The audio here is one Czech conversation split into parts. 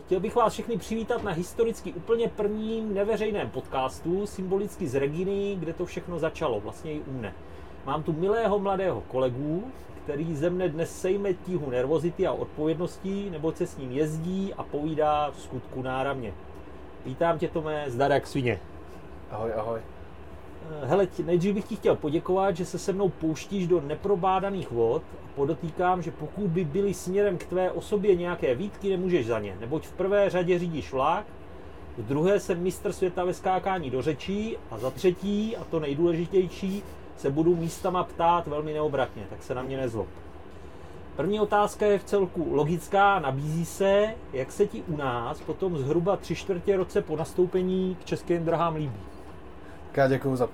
chtěl bych vás všechny přivítat na historicky úplně prvním neveřejném podcastu, symbolicky z Reginy, kde to všechno začalo, vlastně i u mne. Mám tu milého mladého kolegu, který ze mne dnes sejme tíhu nervozity a odpovědností, neboť se s ním jezdí a povídá v skutku náramně. Vítám tě, Tome, zdar jak svině. Ahoj, ahoj. Hele, nejdřív bych ti chtěl poděkovat, že se se mnou pouštíš do neprobádaných vod a podotýkám, že pokud by byly směrem k tvé osobě nějaké výtky, nemůžeš za ně, neboť v prvé řadě řídíš vlak, v druhé jsem mistr světa ve skákání do řečí a za třetí, a to nejdůležitější, se budu místama ptát velmi neobratně, tak se na mě nezlob. První otázka je vcelku logická, nabízí se, jak se ti u nás potom zhruba 3/4 roce po nastoupení k Českým dráhám líbí. Já děkuju za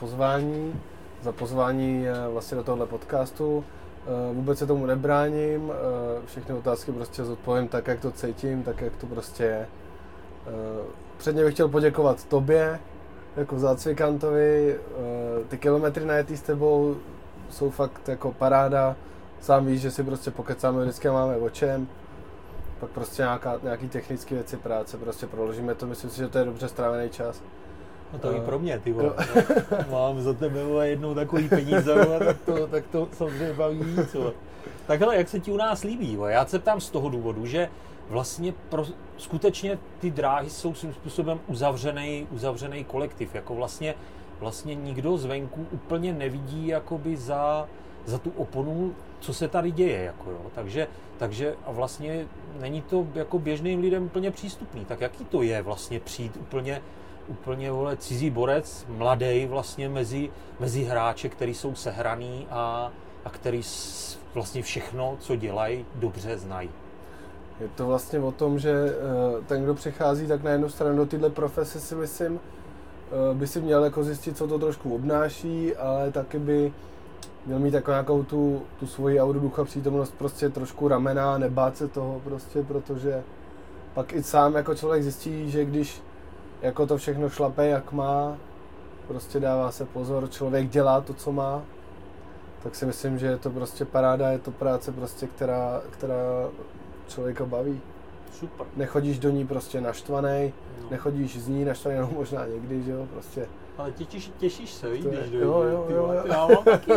pozvání vlastně do tohohle podcastu. Vůbec se tomu nebráním, všechny otázky prostě zodpovím tak, jak to cítím, tak, jak to prostě je. Předně bych chtěl poděkovat tobě, jako zácvikantovi, ty kilometry najetý s tebou jsou fakt jako paráda. Sám víš, že si prostě pokecáme, vždycky máme o čem. Pak prostě nějaký technické věci práce, prostě proložíme to, myslím si, že to je dobře strávený čas. No to i pro mě, ty vole. Mám za tebe jednou takový peníze, tak to samozřejmě baví víc. Tak hele, jak se ti u nás líbí? Já se ptám z toho důvodu, že vlastně skutečně ty dráhy jsou svým způsobem uzavřený kolektiv. Jako vlastně nikdo zvenku úplně nevidí jakoby za tu oponu, co se tady děje. Jako jo. Takže a vlastně není to jako běžným lidem úplně přístupný. Tak jaký to je vlastně přijít úplně cizí borec, mladej vlastně mezi hráče, který jsou sehraný a který vlastně všechno, co dělají, dobře znají. Je to vlastně o tom, že ten, kdo přichází, tak na jednu stranu do téhle profese si myslím, by si měl jako zjistit, co to trošku obnáší, ale taky by měl mít jako nějakou tu svoji auru ducha, přítomnost prostě trošku ramená, nebát se toho prostě, protože pak i sám jako člověk zjistí, že když jako to všechno šlape, jak má, prostě dává se pozor, člověk dělá to, co má, tak si myslím, že je to prostě paráda, je to práce prostě, která člověka baví. Super. Nechodíš do ní prostě naštvanej, nechodíš z ní naštvanej, no možná někdy, že jo, prostě. Ale těšíš se, víš, když dojde. Jo. Já mám taky,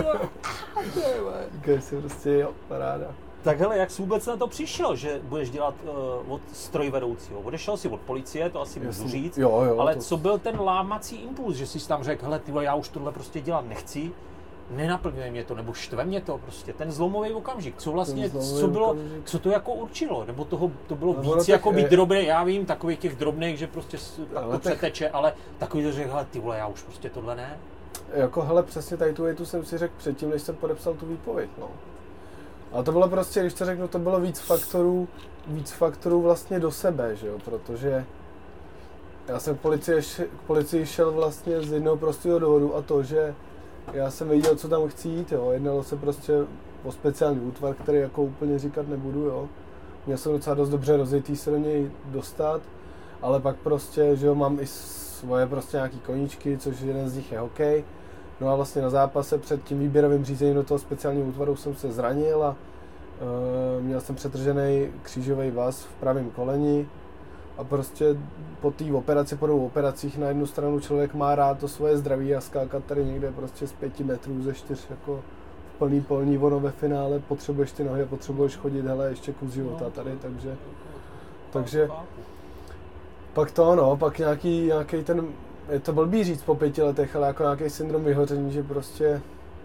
Říkáš si prostě, jo, paráda. Tak hele, jak jsi vůbec na to přišel, že budeš dělat od strojvedoucího? Odešel jsi od policie, to asi můžu říct, ale co byl ten lámací impuls, že jsi tam řekl, hele tyhle, já už tohle prostě dělat nechci, nenaplňuje mě to, nebo štve mě to prostě, ten zlomový okamžik, co vlastně, co to jako určilo, nebo to bylo víc jako být drobný, já vím, takových těch drobných, že prostě to přeteče, ale takový to řekl, hele ty vole, já už prostě tohle ne. Jako hele, přesně tady tu větu jsem si řekl předtím, než jsem podepsal tu výpověď, no. Ale to bylo prostě, když to řeknu, to bylo víc faktorů vlastně do sebe, že jo, protože já jsem k policii šel vlastně z jednoho prostého důvodu a to, že já jsem věděl, co tam chci jít, jo, jednalo se prostě o speciální útvar, který jako úplně říkat nebudu, jo. Měl jsem docela dost dobře rozjetý se do něj dostat, ale pak prostě, že jo, mám i svoje prostě nějaký koníčky, což jeden z nich je hokej. No a vlastně na zápase před tím výběrovým řízením do toho speciálního útvaru jsem se zranil a měl jsem přetržený křížový vaz v pravém koleni a prostě po té operaci, po 2 operacích na jednu stranu člověk má rád to svoje zdraví a skákat tady někde prostě z 5 metrů ze 4 jako v plný polní, ono ve finále potřebuješ ty nohy a potřebuješ chodit, hele, ještě kus života tady, takže pak nějaký ten, je to blbý říct po 5 letech, ale jako nějaký syndrom vyhoření, že prostě...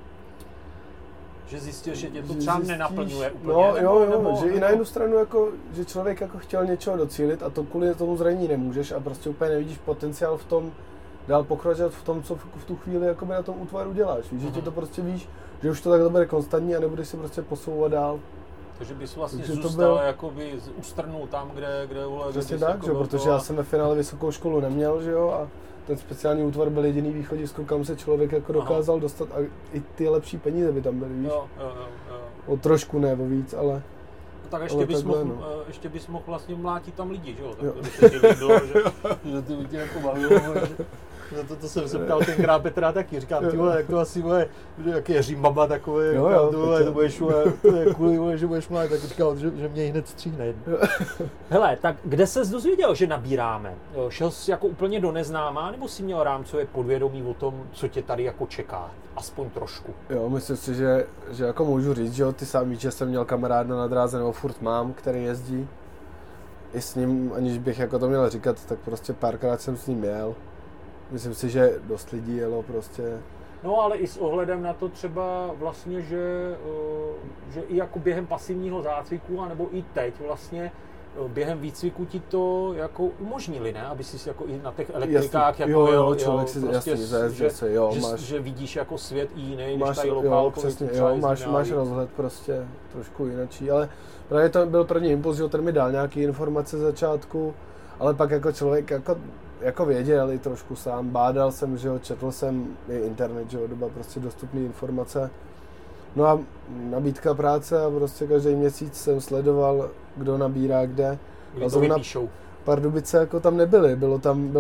Že zjistil, že tě to třeba nenaplňuje úplně. No, že i na jednu stranu, jako, že člověk jako chtěl něčeho docílit a to kvůli tomu zranění nemůžeš a prostě úplně nevidíš potenciál v tom, dál pokračovat v tom, co v tu chvíli jakoby na tom útvaru děláš. Víš, že ti to prostě víš, že už to takhle bude konstantní a nebudeš se prostě posouvat dál. Takže bys vlastně zůstal jakoby ustrnul tam, kde vole... Přesně tak, jako protože já jsem ve finále vysokou školu neměl, že jo, a ten speciální útvar byl jediný východisko, kam se člověk jako dokázal dostat a i ty lepší peníze by tam byly, víš? Jo. O trošku ne, o víc, ale... Tak ještě bys mohl ještě bys mohl vlastně mlátit tam lidi, že jo? Tak to by se ti líbilo, že to by tě jako bavilo. Za to jsem se ptal tenkrát Petra taky, říkám, ty vole, jak to asi bude, jak je římaba takový, to budeš, to je kvůli, že budeš mlát, tak říkal, že mě hned stříhne. Hele, tak kde ses dozvěděl, že nabíráme? Šel jsi jako úplně do neznámá, nebo jsi měl rámcové podvědomí o tom, co tě tady jako čeká? Aspoň trošku. Jo, myslím si, že jako můžu říct, že jo, ty sám víš, že jsem měl kamaráda na dráze, nebo furt mám, který jezdí. I s ním, aniž bych jako to měl říkat, tak prostě párkrát jsem s ním jel. Myslím si, že dost lidí jelo prostě. No ale i s ohledem na to třeba vlastně, že i jako během pasivního zácviku, anebo i teď vlastně během výcviku ti to jako umožnili, ne? Aby jsi jako i na těch elektrikách jasný, jako jo, člověk si prostě, jasný, zajezdil se, jo, že vidíš jako svět i jiný, než tady lokálkový. Jo, přesně, jo, máš rozhled prostě trošku jinačí, ale právě to byl první impuls, že ten mi dal nějaký informace z začátku, ale pak jako člověk jako věděl i trošku sám, bádal jsem, že jo, četl jsem i internet, že jo, doba prostě dostupné informace. No a nabídka práce a prostě každý měsíc jsem sledoval, kdo nabírá kde. Kdy to vypíšou. Pardubice jako tam nebyly, byl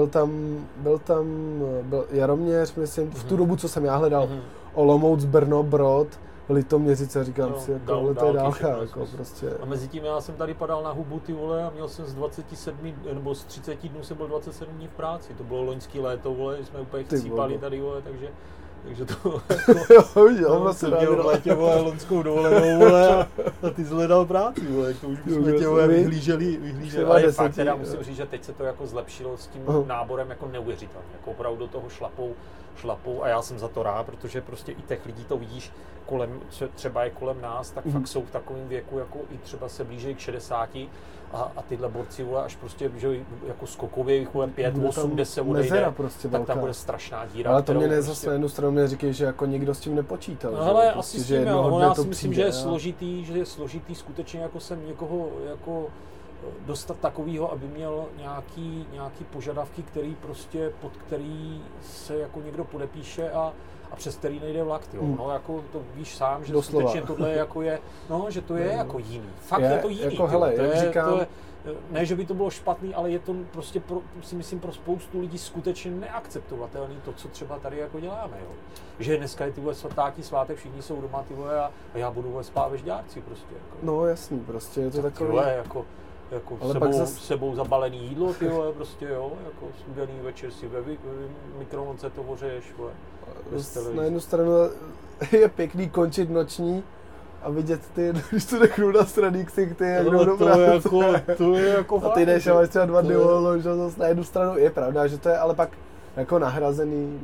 Jaroměř, myslím, v tu dobu, co jsem já hledal, Olomouc, Brno, Brod, Litoměřice, říkám si, jako to je dálka, jako prostě. A mezi tím já jsem tady padal na hubu, ty vole, a měl jsem z 27, nebo z 30 dnů jsem byl 27 dní v práci, to bylo loňský léto, vole, jsme úplně chcípali tady, vole, takže to jako, jsem měl v létě, vole, loňskou dovolenou, vole, a ty jsi hledal práci, vole, to už jsme tě, vole, vyhlíželi, ale fakt teda musím říct, že teď se to jako zlepšilo s tím náborem jako neuvěřitelně, jako opravdu do toho šlapou a já jsem za to rád, protože prostě i těch lidí to vidíš kolem, třeba je kolem nás, tak fakt jsou v takovém věku, jako i třeba se blíží k 60 a tyhle borci, vole, až prostě, že jako skokově, 5, 8, 10 odejde, prostě tak tam bude strašná díra. Ale to mě ne zase na jednu stranu mě říkají, že jako nikdo s tím nepočítal. No ale prostě, asi s tím, jo, já si myslím, že je složitý skutečně jako sem někoho jako dostat takovýho, aby měl nějaký požadavky, pod který se jako někdo podepíše a přes který nejde vlak, jo. No jako to víš sám, že doslova. Skutečně tohle jako je, no, že to je jako jiný. Fakt je to jiný, jako, hele, to je, ne, že by to bylo špatný, ale je to prostě si myslím pro spoustu lidí skutečně neakceptovatelný to, co třeba tady jako děláme, jo. Že dneska je ty vole svátek, všichni jsou doma, ty vole, a já budu vole spát ve Žďárci prostě. Jako. No jasný, prostě je to tak takový. Vole, jako sebou zabalený jídlo, ty vole, prostě jo, jako studený večer si ve mikrovlnce to ořeješ, vole. Na jednu stranu je pěkný končit noční a vidět ty, když to řeknu na straní ksichty, jak jdou do práce. To je jako a ty jdeš a máš třeba 2 dny volno, že zase na jednu stranu je pravda, že to je ale pak jako nahrazený.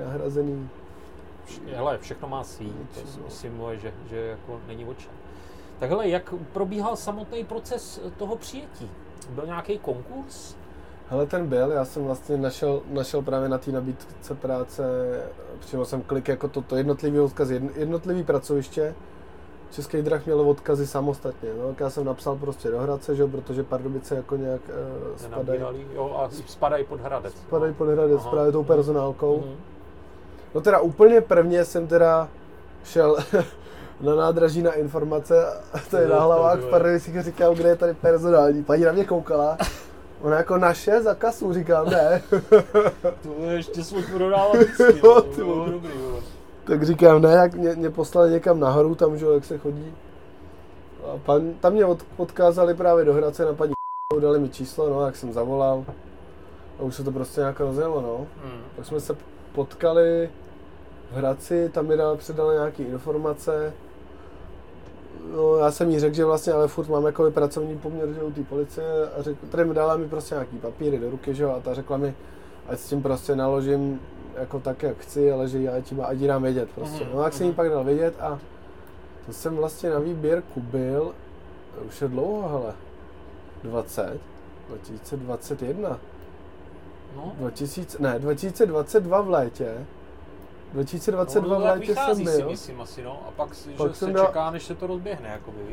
Hele, všechno má svý, to si myslím, že jako není o čem. Tak hele, jak probíhal samotný proces toho přijetí? Byl nějaký konkurs? Hele, ten byl, já jsem vlastně našel právě na té nabídce práce, přijel jsem klik jako toto jednotlivý odkaz, jednotlivý pracoviště. Český drah měl odkazy samostatně, no, tak já jsem napsal prostě do Hradce, že, protože Pardubice jako nějak spadají. Jo, a spadají pod Hradec. Spadají pod Hradec, právě tou personálkou. No teda úplně prvně jsem teda šel na nádraží na informace, to je na hlavách v Pardubicích a říkal, kde je tady personální. Paní na mě koukala, ona jako naše za kasu, říkám, ne. To je ještě svůj prodává vždycky, dobrý. Tak říkám, ne, jak mě poslali někam nahoru, tam, že jak se chodí. A tam mě odkázali právě do Hradce na paní dali mi číslo, no, jak jsem zavolal. A už se to prostě nějak rozjelo, no. Tak jsme se potkali v Hradci, tam mi předala nějaké informace. No, já jsem jí řekl, že vlastně, ale furt mám jako pracovní poměr, že u té policie a tady mi dala mi prostě nějaký papíry do ruky, že jo, a ta řekla mi, ať s tím prostě naložím jako tak, jak chci, ale že ať jí dám vědět prostě. No, tak jsem jí pak dal vědět a to jsem vlastně na výběrku byl, už je dlouho, hele, 2021. No. 2022 v létě. 2022 v létě jsem byl. Si myslím asi, no. A pak se čeká, než se to rozběhne, jakoby.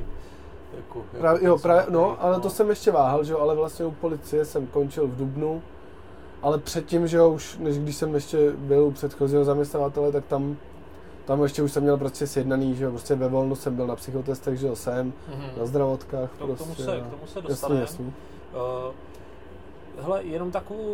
Ale to jsem ještě váhal, že jo, ale vlastně u policie jsem končil v dubnu. Ale předtím, že jo, už než když jsem ještě byl u předchozího zaměstnavatele, tak tam tam ještě už jsem měl prostě sjednaný, že jo, prostě ve volnu jsem byl na psychotestech, že jo, jsem, na zdravotkách, K tomu se dostaneme. Jasný. Hele, jenom takovou,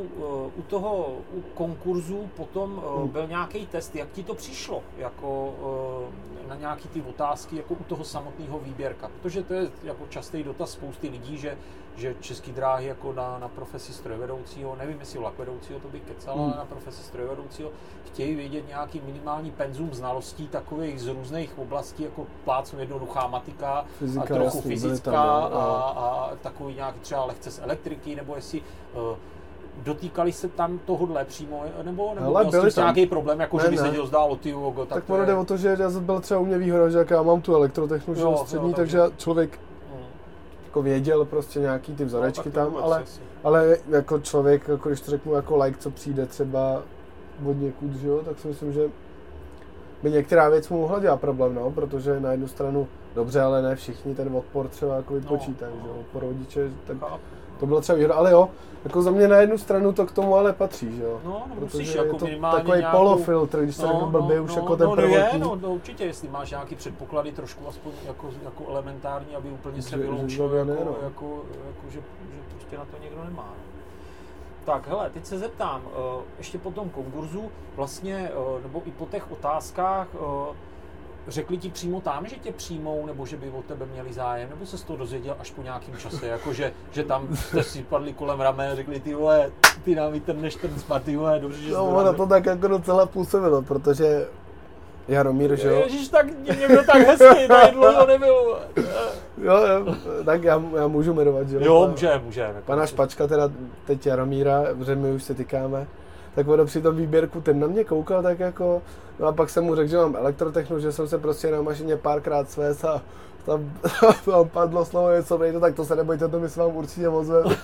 u konkurzu potom byl nějaký test, jak ti to přišlo, jako na nějaký ty otázky, jako u toho samotného výběrka, protože to je jako častý dotaz spousty lidí, že Český dráhy jako na profesi strojvedoucího, nevím jestli vlakvedoucího, to bych kecal, ale na profesi strojvedoucího chtějí vědět nějaký minimální penzum znalostí takových z různých oblastí, jako plácnu jednoduchá matika, fyzika, a trochu fyzická a takový nějaký třeba lehce z elektriky, nebo jestli dotýkali se tam tohodle přímo, nebo měl jsi nějaký problém, jako že by se to zdálo, tak ono jde o to, že já byl třeba u mě výhoda, že já mám tu elektrotechnu střední, takže člověk jako věděl prostě nějaký ty vzorečky tam, ale jako člověk, jako když to řeknu jako like, co přijde třeba od někud, že jo, tak si myslím, že by některá věc mu mohla dělat problém, no, protože na jednu stranu dobře, ale ne všichni ten odpor třeba jako vypočítají, že jo, odpor rodiče, tak to bylo třeba výhoda, ale jo, jako za mě na jednu stranu to k tomu ale patří, že jo, protože je to takový nějakou polofiltr, když se řeknu blbě, už jako ten prvotní. No určitě, jestli máš nějaký předpoklady trošku aspoň jako elementární, aby úplně se vyloučilo, že prostě na to někdo nemá. Tak hele, teď se zeptám, ještě po tom konkurzu vlastně, nebo i po těch otázkách, řekli ti přímo tam, že tě přijmou, nebo že by o tebe měli zájem, nebo se z toho dozvěděl až po nějakém čase, jako že tam jste si padli kolem ramen a řekli, ty vole, ty nám vytrhneš ten smart, ty vole, dobře, že jsi ono to tak jako docela působilo, protože Jaromír, že jo? Ježiš, tak někdo tak hezký, tady dlouho nebyl. Jo, tak já můžu jmenovat, že jo? Jo, můžeme. Pana Špačka, teda teď Jaromíra, protože my už se tykáme, tak ono při tom výběrku, ten na mě koukal tak jako, no a pak jsem mu řekl, že mám elektrotechnu, že jsem se prostě na mašině párkrát svést a tam padlo slovo něco nejde, tak to se nebojte, to my se vám určitě ozveme.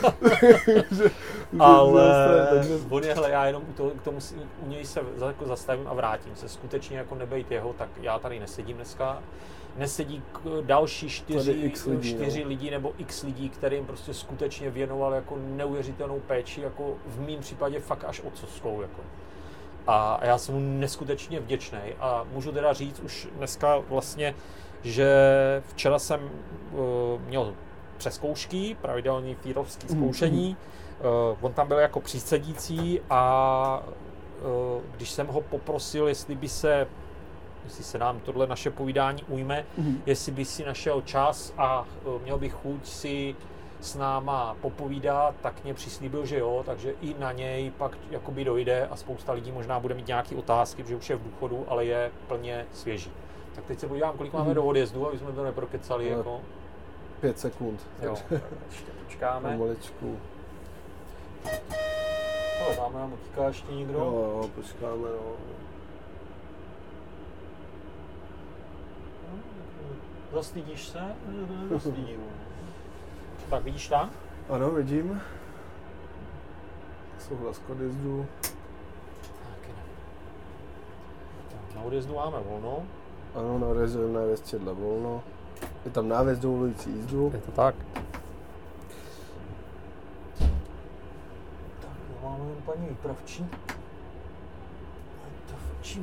Ale on je, hele, já jenom u něj se jako zastavím a vrátím se. Skutečně jako nebejt jeho, tak já tady nesedím dneska. Nesedí další čtyři lidi nebo x lidí, kterým prostě skutečně věnoval jako neuvěřitelnou péči, jako v mém případě fakt až otcovskou. Jako. A já jsem mu neskutečně vděčný a můžu teda říct už dneska vlastně, že včera jsem měl přezkoušky, pravidelný fírovský zkoušení, on tam byl jako přísedící a když jsem ho poprosil, jestli se nám tohle naše povídání ujme, jestli by si našel čas a měl bych chuť si s náma popovídat, tak mě přislíbil, že jo, takže i na něj pak jakoby dojde a spousta lidí možná bude mít nějaké otázky, protože už je v důchodu, ale je plně svěží. Tak teď se podívám, kolik máme do odjezdu, aby jsme to neprokecali jako... 5 sekund. Jo, ještě počkáme. Pomaličku. Dáme nám utíká ještě někdo? Jo, počkáme, no. Zastydíš se? Zastydím. Tak vidíš tam? Ano, vidím. Souhlas k odjezdu. Na odjezdu máme volno. Ano, na odjezdu na Věstředle volno. Je tam návěs dovolující jízdu. Je to tak. Tak, máme jen paní výpravčí. Výpravčí.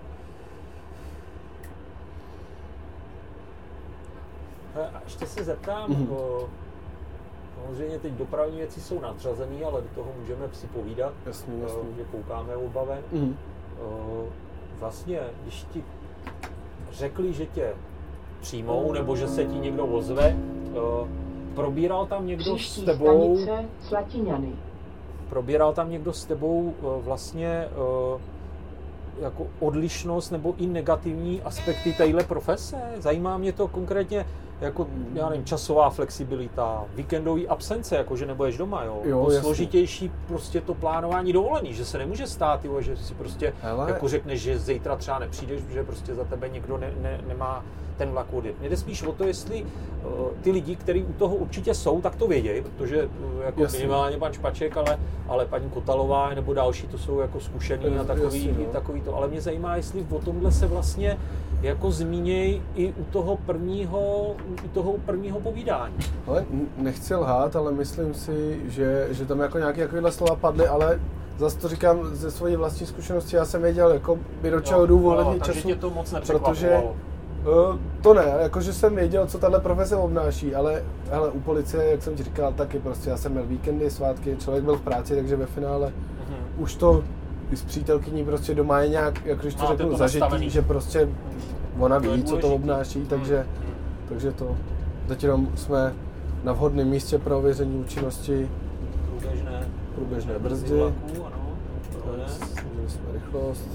A ještě se zeptám, samozřejmě teď dopravní věci jsou nadřazený, ale do toho můžeme si povídat, jasný. že koukáme oba ven. Vlastně, když ti řekli, že tě přijmou, nebo že se ti někdo ozve, probíral tam někdo s tebou... Probíral tam někdo s tebou vlastně jako odlišnost nebo i negativní aspekty téhle profese? Zajímá mě to konkrétně jako, já nevím, časová flexibilita, víkendový absence, jako že nebudeš doma, jo složitější prostě to plánování dovolený, že se nemůže stát, jo, že si prostě jako řekneš, že zítra třeba nepřijdeš, že prostě za tebe někdo nemá ten vlak odjet. Mně jde spíš o to, jestli ty lidi, kteří u toho určitě jsou, tak to vědějí, protože jako minimálně pan Špaček, ale paní Kotalová nebo další, to jsou jako zkušený a takový to. Ale mě zajímá, jestli o tomhle se vlastně jako zmíněj i u toho prvního povídání. Ale nechci lhát, ale myslím si, že tam jako nějaké slova padly, ale zase to říkám ze své vlastní zkušenosti, já jsem věděl, jako by do čeho jdu ohledně času. Takže tě to moc protože to ne, jakože jsem věděl, co tahle profese obnáší, ale hele, u policie, jak jsem ti říkal, taky prostě já jsem měl víkendy, svátky, člověk byl v práci, takže ve finále už to i s přítelkyní prostě doma je nějak, jak když to řeknu, zažitý, že prostě ona ví, co to obnáší, takže to, teď jenom jsme na vhodném místě pro ověření účinnosti průběžné brzdy, snížili jsme rychlost.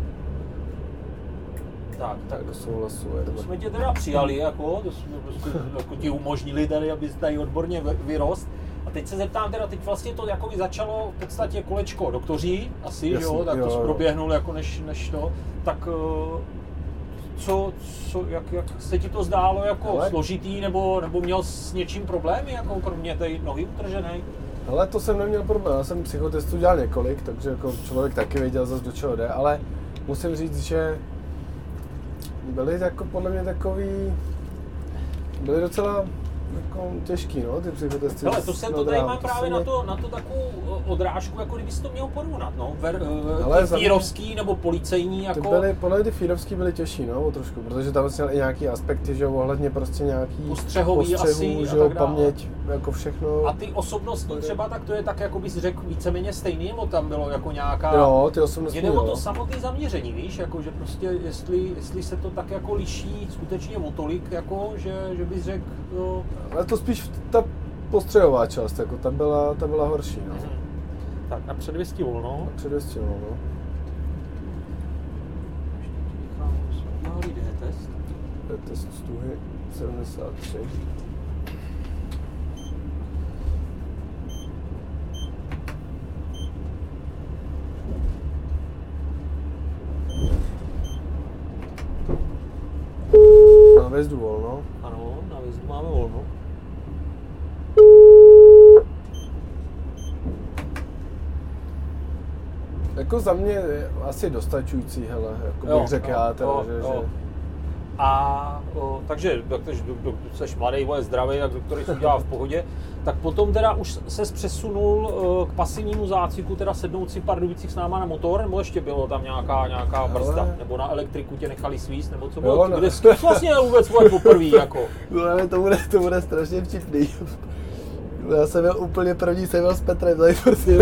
Tak souhlasu. To jsme tě teda přijali, to jsme prostě jako ti umožnili tady, abys tady odborně vyrost. A teď se zeptám teda, teď vlastně to jako by začalo v podstatě kolečko doktoří, asi, jasný, jo, tak to proběhnul jako než to, tak jak se ti to zdálo jako složitý, nebo měl s něčím problémy, jako kromě té nohy utržené? Ale to jsem neměl problém, já jsem psychotestů dělal několik, takže jako člověk taky věděl zase do čeho jde, ale musím říct, že byly jako podle mě byly docela jako těžký, no, ty psychotesty. Hele, to tady má právě na to takovou odrážku, jako kdybys to měl porovnat, no, ty fírovský nebo policejní, jako... Podle mě ty fírovský byly těžší, no, trošku, protože tam měl i nějaký aspekty, že jo, ohledně prostě nějaký postřehů, že jo, paměť, jako všechno. A ty osobnostní třeba, tak to je tak, jako bys řekl, víceméně stejný, nebo tam bylo jako nějaká... Jo, ty osobnostní, jde o to samotné zaměření, víš, jako, že prostě, jestli se to tak jako liší skutečně o tolik, jako, že bys řekl, jo... Ale to spíš ta postřehová část, jako ta byla horší, no. Tak, na předvěstí volno. To je test stuhy 73. Na vjezdu volno. Ano, na vjezdu máme volno. Jako za mě asi dostačující, hele, jako bych řekl já teda, že... Takže jsi mladý, zdravý, tak doktory se udělá v pohodě, tak potom teda už ses přesunul k pasivnímu zácviku, teda sednout si v Pardubicích s náma na motor, nebo ještě bylo tam nějaká brzda, nebo na elektriku tě nechali svíst, nebo co bylo, kde jsi vlastně vůbec poprvý, jako? No ale to bude strašně vtipný. Já jsem měl úplně první, jsem měl s Petrem, tady prostě.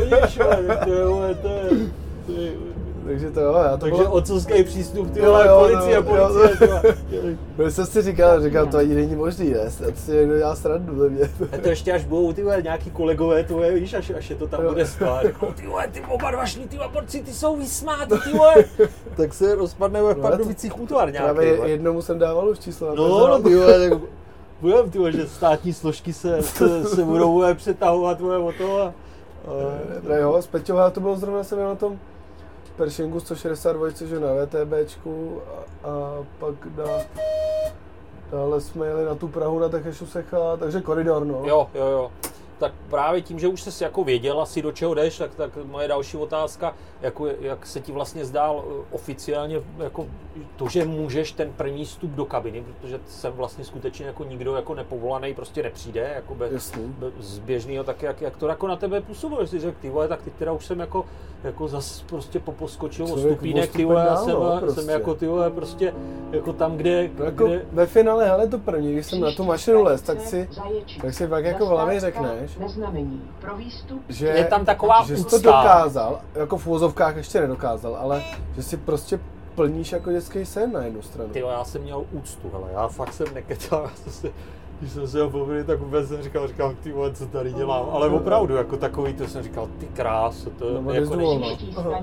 Takže to jo, Takže otcovský přístup, ty vole, policie. Já jsem si říkal, to ani není možný, ne? A si někdo dělá srandu ze mě. A to ještě až budou ty vole, nějaký kolegové tvoje, víš, až je to tam bude spát. Ty vole, ty oba dva šli, ty borci, ty jsou vysmátí, ty vole. Tak se rozpadne v Pardubicích útvar nějaký. Právě jednomu jsem dával už číslo na no, ty vole, tak budem, ty vole, že státní složky se budou přetahovat o to. Jo, s Peťou to bylo zrovna, jsem měl na tom Pershingu 162, že na VTBčku a pak dále jsme jeli na tu Prahu na Techešu Secha, takže koridor, no. Jo. Tak právě tím, že už jsi jako věděl asi do čeho jdeš, tak moje další otázka, jak se ti vlastně zdál oficiálně jako to, že můžeš ten první vstup do kabiny, protože sem vlastně skutečně jako nikdo jako nepovolaný prostě nepřijde, jako z běžného, tak jak to jako na tebe působilo, že jsi řekl, ty vole, tak teď teda už jsem jako zas prostě poposkočil o stupínek, ty vole, já jsem jako ty vole prostě jako tam, kde... Jako ve finále, hele, to první, když jsem na tu mašinu les, tak si pak jako v hlavě řekneš, že je tam taková že jsi to dokázal, jako v uvozovkách ještě nedokázal, ale že si prostě plníš jako dětský sen na jednu stranu. Tyjo, já jsem měl úctu, hele, já fakt jsem nekecal, když jsem se ho pověděl, tak vůbec jsem říkal, ty vole, co tady dělám, ale opravdu, jako takový, to jsem říkal, ty kráso, to no, jako není.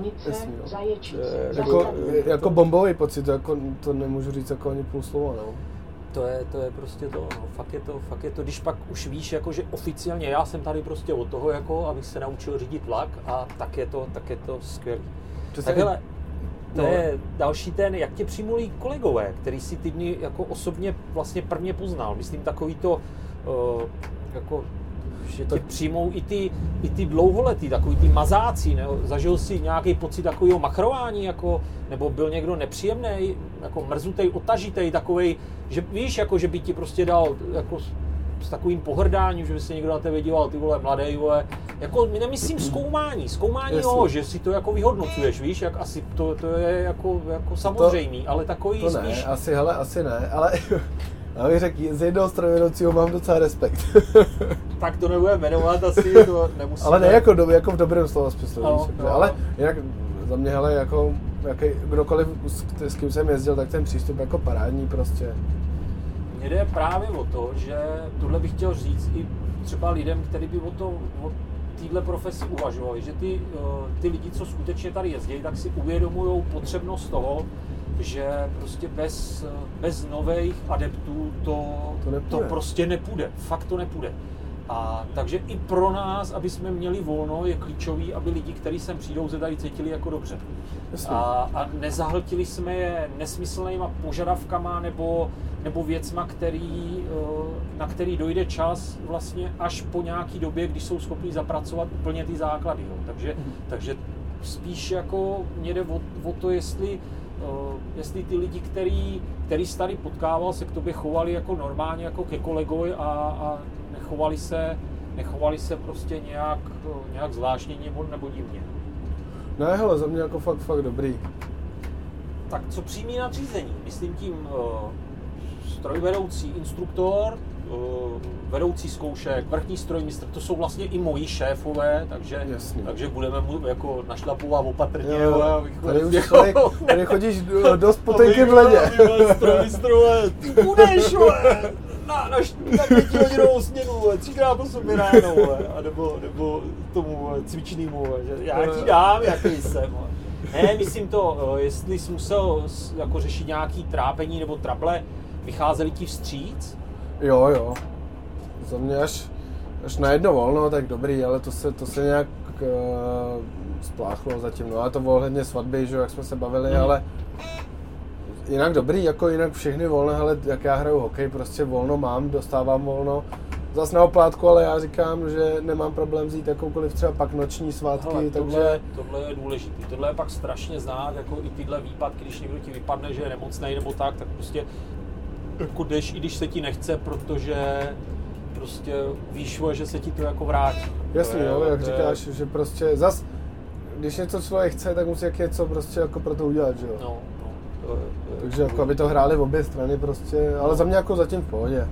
Jako bombový pocit, jako, to nemůžu říct jako ani půl slova, no. To je prostě to, no, fakt je to, když pak už víš, jako, že oficiálně já jsem tady prostě od toho, jako, abych se naučil řídit vlak a tak je to skvělý. Tak hele, to je další ten, jak tě přijmuli kolegové, který si ty dny jako osobně vlastně prvně poznal, myslím takový to, jako, že tě přijmou i ty dlouholetí, takový ty mazáci, ne? Zažil jsi nějaký pocit takového machrování, jako, nebo byl někdo nepříjemný, jako mrzutej, otažitej, takovej, že víš, jako, že by ti prostě dal jako s takovým pohrdáním, že by se někdo na tebe díval, ty vole, mladej, vole, Jako nemyslím zkoumání jo, že si to jako vyhodnocuješ, víš, jak asi to je jako samozřejmý, ale takový to spíš... ne, asi ne, ale já bych řekl, z jednoho strojvedoucího mám docela respekt. Tak to nebudeme jmenovat, asi to nemusíme. Ale ne jako v dobrém slova smyslu, no. Ale jinak za mě, hele, jako kdokoliv, s kým jsem jezdil, tak ten přístup jako parádní prostě. Mně jde právě o to, že tohle bych chtěl říct i třeba lidem, kteří by o téhle profesi uvažovali, že ty lidi, co skutečně tady jezdí, tak si uvědomují potřebnost toho, že prostě bez nových adeptů to prostě nepůjde. Fakt to nepůjde. A takže i pro nás, aby jsme měli volno, je klíčový, aby lidi, kteří sem přijdou, se tady cítili jako dobře. A nezahltili jsme je nesmyslnýma požadavkama nebo věcma, na který dojde čas vlastně až po nějaký době, když jsou schopni zapracovat úplně ty základy. Jo. Takže spíš jako mě jde o to, jestli ty lidi, který jsi tady potkával, se k tobě chovali jako normálně, jako ke kolegovi a nechovali se prostě nějak zvláštně nebo divně. Ne, hele, za mě jako fakt dobrý. Tak co přímý nadřízení? Myslím tím strojvedoucí, instruktor, vedoucí zkoušek, vrchní strojmistr, to jsou vlastně i moji šéfové, takže budeme jako našlapovat opatrně. Tady chodíš dost po tenkém ledě. Ty budeš, na 5hodinovou směnu, 3krát po sobě ráno, a nebo tomu cvičnému, že já ti dám, jaký jsem. Ne, myslím to, jestli jsi musel jako řešit nějaký trápení nebo trable, vycházeli ti vstříc? Jo. Za mě až na jedno volno, tak dobrý, ale to se nějak spláchlo zatím, no ale to bylo ohledně svatby, že jak jsme se bavili, ale jinak dobrý, jako jinak všechny volné, hele, jak já hraju hokej, prostě volno mám, dostávám volno, zas na oplátku, ale já říkám, že nemám problém vzít jakoukoliv třeba pak noční svátky, hele, takže... Tohle je důležitý, tohle je pak strašně znát, jako i tyhle výpadky, když někdo ti vypadne, že je nemocnej nebo tak prostě jako jdeš, i když se ti nechce, protože prostě víš, že se ti to jako vrátí. Jasně, jo, jak říkáš, že prostě zas, když něco člověk chce, tak musí něco prostě jako pro to udělat, že jo? No. Takže jako aby to hráli v obě strany prostě, ale za mě jako zatím v pohodě.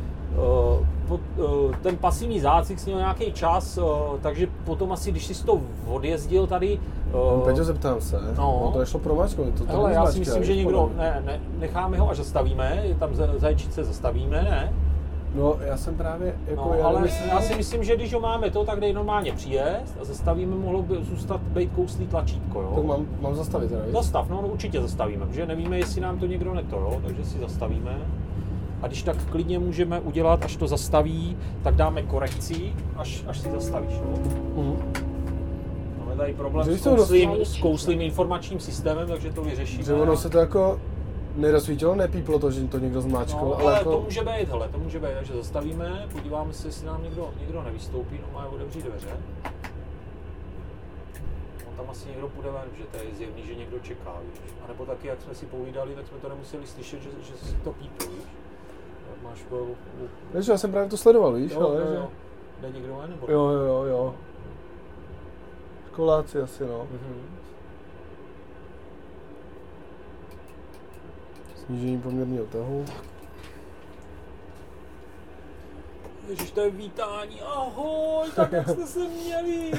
Ten pasivní zácvik s ním nějaký čas, takže potom asi, když jsi to odjezdil tady... Peťo, zeptám se, no to šlo promáčkou, to hele, já si myslím, že někdo, necháme ho, až zastavíme, tam za Ječíce zastavíme, ne? No, já jsem právě jako... ale já si myslím, že když ho máme to, tak dej normálně příjezd a zastavíme, mohlo by zůstat být kouslý tlačítko, jo? Tak mám zastavit, teda, víc? Zastav, no určitě zastavíme, protože nevíme, jestli nám to někdo jo? Takže si zastavíme. A když tak klidně můžeme udělat, až to zastaví, tak dáme korekci, až si zastavíš, jo? Máme tady problém s kouslým informačním systémem, takže to vyřešíme. Že ono se to jako nerozsvítilo, nepíplo to, že to někdo zmáčkal, no, ale jako... to může být, takže zastavíme, podíváme se, jestli nám někdo nevystoupí, no má otevřít dveře. On tam asi někdo půjde ven, že to je zjevný, že někdo čeká, víš. A nebo taky, jak jsme si povídali, tak jsme to nemuseli slyšet, že si to píplo, víš. Tak máš Víš, já jsem právě to sledoval, víš, jo, ale... Jo. Jde někdo ven, nebo? Jo. Školáci asi, no. Snížení poměrného tahu. Ježiš, to je vítání, ahoj, tak jak jste se měli.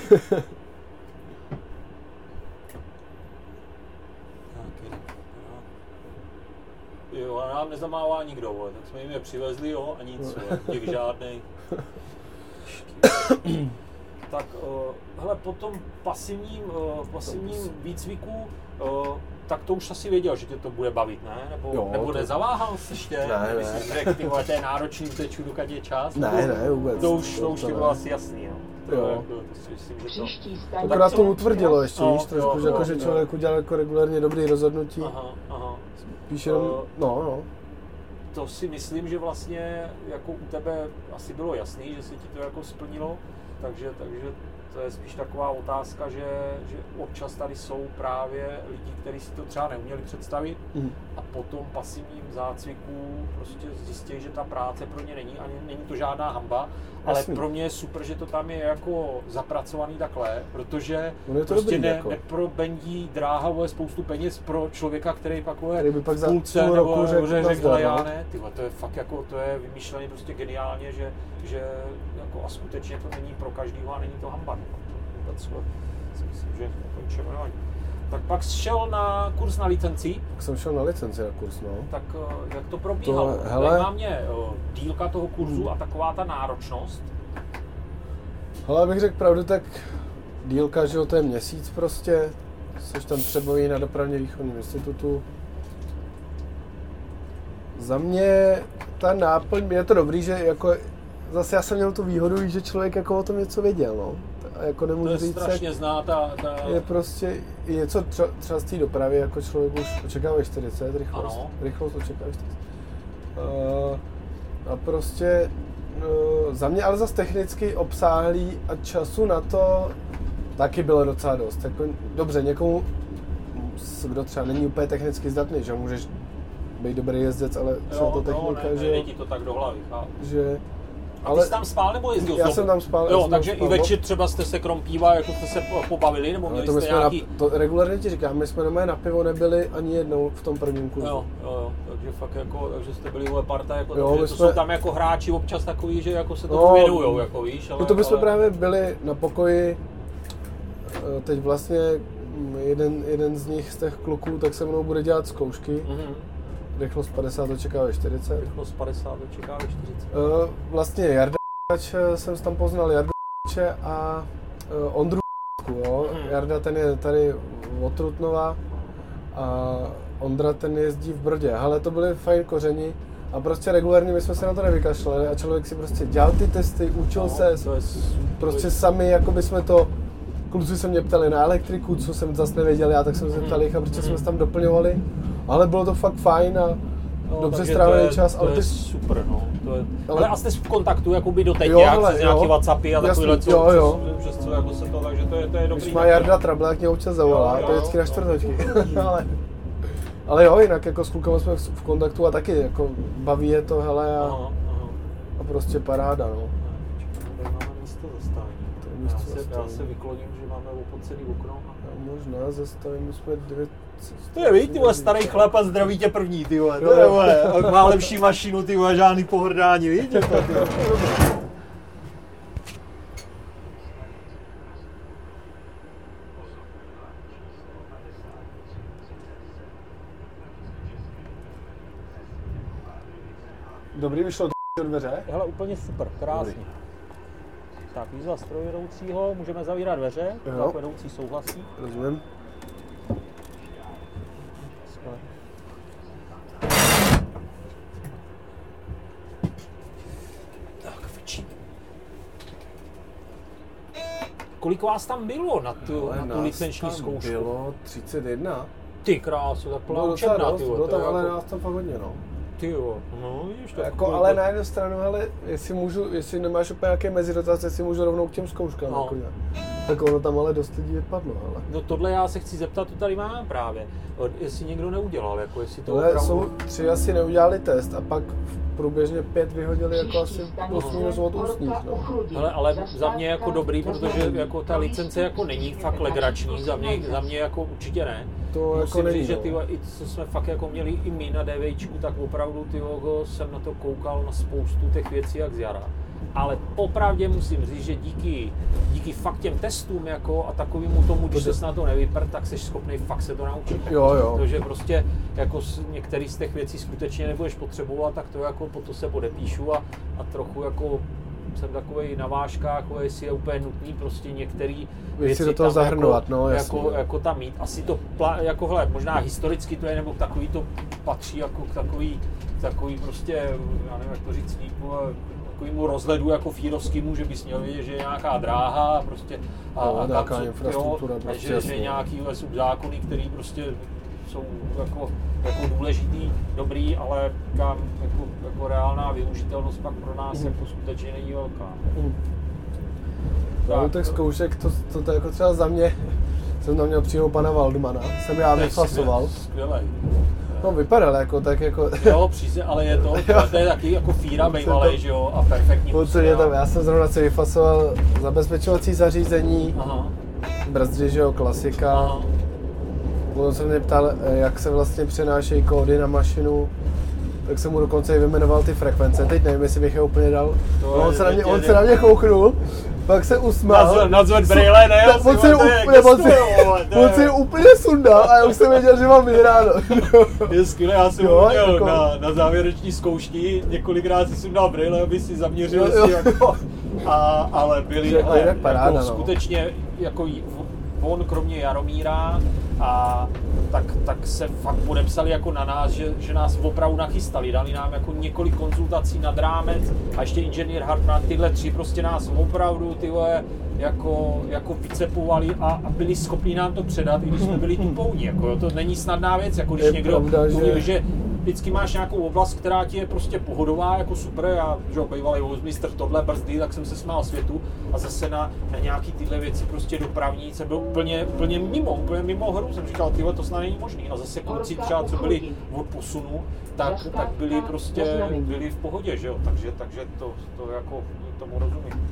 Jo, a nám nezamává nikdo, tak jsme jim je přivezli, jo, a nic, těch žádnej. Tak, hele, po tom pasivním výcviku, tak to už asi věděl, že tě to bude bavit, ne? Nebo nezaváhal jsi ještě? Ne. Jsi řekl, ty vole, to je náročný, uteču, dokud je čas? Ne, vůbec. To už ti bylo asi jasný, jo? Akorát to utvrdilo ještě, víš, trošku, že jako, že člověk udělal jako regulárně dobrý rozhodnutí. Aha. Spíš jenom, no. To si myslím, že vlastně jako u tebe asi bylo jasný, že se ti to jako splnilo, takže to je spíš taková otázka, že občas tady jsou právě lidi, kteří si to třeba neuměli představit a potom pasivním zácviku prostě zjistí, že ta práce pro ně není, ani není to žádná hanba, ale pro mě je super, že to tam je jako zapracovaný takhle, protože prostě neprobendí dráha spoustu peněz pro člověka, který pak v půlce nebo řekl, já ne, to je fakt jako, to je vymýšlený prostě geniálně, že jako a skutečně to není pro každýho a není to hanba. Si myslím, že končíme. Tak pak šel na kurz na licenci. Tak jsem šel na licenci na kurz, no. Tak jak to probíhalo? Zajímá mě dílka toho kurzu a taková ta náročnost. Hele, abych řekl pravdu, tak dílka, že jo, to je měsíc prostě. Jsi tam třebojí na dopravně výchovním institutu. Za mě ta náplň, je to dobrý, že jako zase já jsem měl tu výhodu, že člověk jako o tom něco věděl, no. A jako nemůžu říct, strašně zná ta... Je prostě něco třeba z té dopravy, jako člověk už očekává 40, rychlost očekává 40. A prostě za mě ale zase technicky obsáhlý a času na to taky bylo docela dost. Jako, dobře, někomu, kdo třeba není úplně technicky zdatný, že můžeš být dobrý jezdec, ale třeba to technika, že... Nejde ti to tak do hlavy, že... A ty jsi tam spál nebo jezdil? Já jsem tam spál. Jo, takže i večer třeba jste se krom piva, jako jste se pobavili, nebo měli jste nějaký... To regulárně ti říkám, my jsme na pivo nebyli ani jednou v tom prvním kurzu. Jo, takže fakt jako, takže jste byli parta, jako jo, takže to jsou tam jako hráči občas takový, že jako se to věnujou, jako víš, ale... To bychom právě byli na pokoji, teď vlastně jeden z nich z těch kluků, tak se mnou bude dělat zkoušky. Rychlost 50 očekávají 40. Rychlost 50 očekávají 40. Vlastně Jarda jsem tam poznal Jardu a Ondru, jo. Jarda ten je tady od Trutnova a Ondra ten jezdí v Brodě. Ale to byly fajn kořeni a prostě regulárně my jsme se na to nevykašlali a člověk si prostě dělal ty testy, učil se, prostě sami, jako by jsme to... Kluci se mě ptali na elektriku, co jsem zase nevěděl já, tak jsem se ptal jich a protože jsme se tam doplňovali. Ale bylo to fakt fajn a dobře strávený čas. Ale to je super, no. Ale a jste v kontaktu jakoby do teď přes nějaký WhatsAppy a takovýhle, přes co jako se to, takže to je dobrý. Když má Jarda trable, jak mě občas zavolá, to je vždycky na čtvrtočky. ale jo, jinak jako s klukama jsme v kontaktu a taky jako baví je to, hele, a prostě paráda, no. Já se vykloním, že máme opocený okno. Možná zastavím, jsme 9... To je, víš, ty vole, starý chlap a zdraví tě první, ty vole, to je, vole, má lepší mašinu, ty vole, žádný pohrdání, víš, to, ty vole. Dobrý, vyšlo do dveře? Hele, úplně super, krásný. Dobrý. Tak, výzva strojvedoucího, můžeme zavírat dveře, tak vedoucí souhlasí. Rozumím. Tak, vyčí. Kolik vás tam bylo na tu licenční zkoušku? Bylo 31. Ty krásu, tak plná učebná, ty vole. Bylo tam, ale nás tam fakt hodně, no. Ty jo, no víš to. Jako, ale na jednu stranu, hele, jestli nemáš úplně nějaké mezidotaz, jestli můžu rovnou k těm zkouškám. No. Tak ono tam ale dost lidí vypadlo, hele. No tohle já se chci zeptat, to tady mám právě. Jestli někdo neudělal, jako jestli to opravdu... Jsou 3 asi neudělali test a pak průběžně 5 vyhodili jako asi plus minus od ústních, no. Hele, ale za mě jako dobrý, protože jako ta licence jako není fakt legrační, za mě jako určitě ne. To musím jako říct, že i co jsme fakt jako měli i my na DVčku, tak opravdu jsem na to koukal na spoustu těch věcí jak z jara. Ale popravdě musím říct, že díky fakt těm testům jako a takovému tomu, když ses na to nevypr, tak jsi schopný fakt se to naučit. Jo. Protože prostě jako některé z těch věcí skutečně nebudeš potřebovat, tak to jako po to se podepíšu a trochu jako jsem takovej na vážkách, jestli je úplně nutný prostě některý věci do toho tam zahrnovat, jako, no, jasně, jako tam mít. Asi to, jako hele, možná historicky to je, nebo takový to patří jako k takový prostě, já nevím, jak to říct, takovýmu rozhledu jako fírovskému, že bys měl vědět, že je nějaká dráha prostě a nějaká infrastruktura, prostě, že nějaký subzákony, který prostě jsou jako důležitý, dobrý, ale jako reálná využitelnost pak pro nás jako skutečně není velká. U těch zkoušek, to jako třeba za mě, jsem tam měl přímo pana Waldmana, jsem já vyfasoval. Skvělej. No vypadal jako tak jako... Jo, příště, ale je to je taky jako fíra bejvalej, že jo, a perfektní. Já jsem zrovna si vyfasoval zabezpečovací zařízení, brzdy, že jo, klasika. Aha. Potom se mě ptal, jak se vlastně přenášejí kódy na mašinu, tak jsem mu dokonce i vyjmenoval ty frekvence, teď nevím, jestli bych je úplně dal. On se na mě kouknul, pak se usmál. Nadzvat brýle, ne? On si úplně sundal a já už jsem věděl, že mám vyhráno. Je skvělé, já jsem měl jako... na závěreční zkoušky, několikrát si sundal brýle, aby si zaměřil si jako... Ale byli jako skutečně jako on kromě Jaromíra a tak se fakt podepsali jako na nás, že nás opravdu nachystali, dali nám jako několik konzultací nad rámec a ještě inženýr Hartmann, tyhle tři prostě nás opravdu tyhle jako vycepovali a byli schopni nám to předat, i když jsme byli tupouni, jako jo, to není snadná věc, jako když někdo mluví, že vždycky máš nějakou oblast, která ti je prostě pohodová, jako super, já bývalý mistr tohle brzdy, tak jsem se smál světu a zase na nějaký tyhle věci prostě dopravní jsem byl úplně mimo hru, jsem říkal, tyhle to snad není možný a zase kluci třeba, co byli od posunu, tak byli prostě v pohodě, že jo, takže to jako tomu rozumím.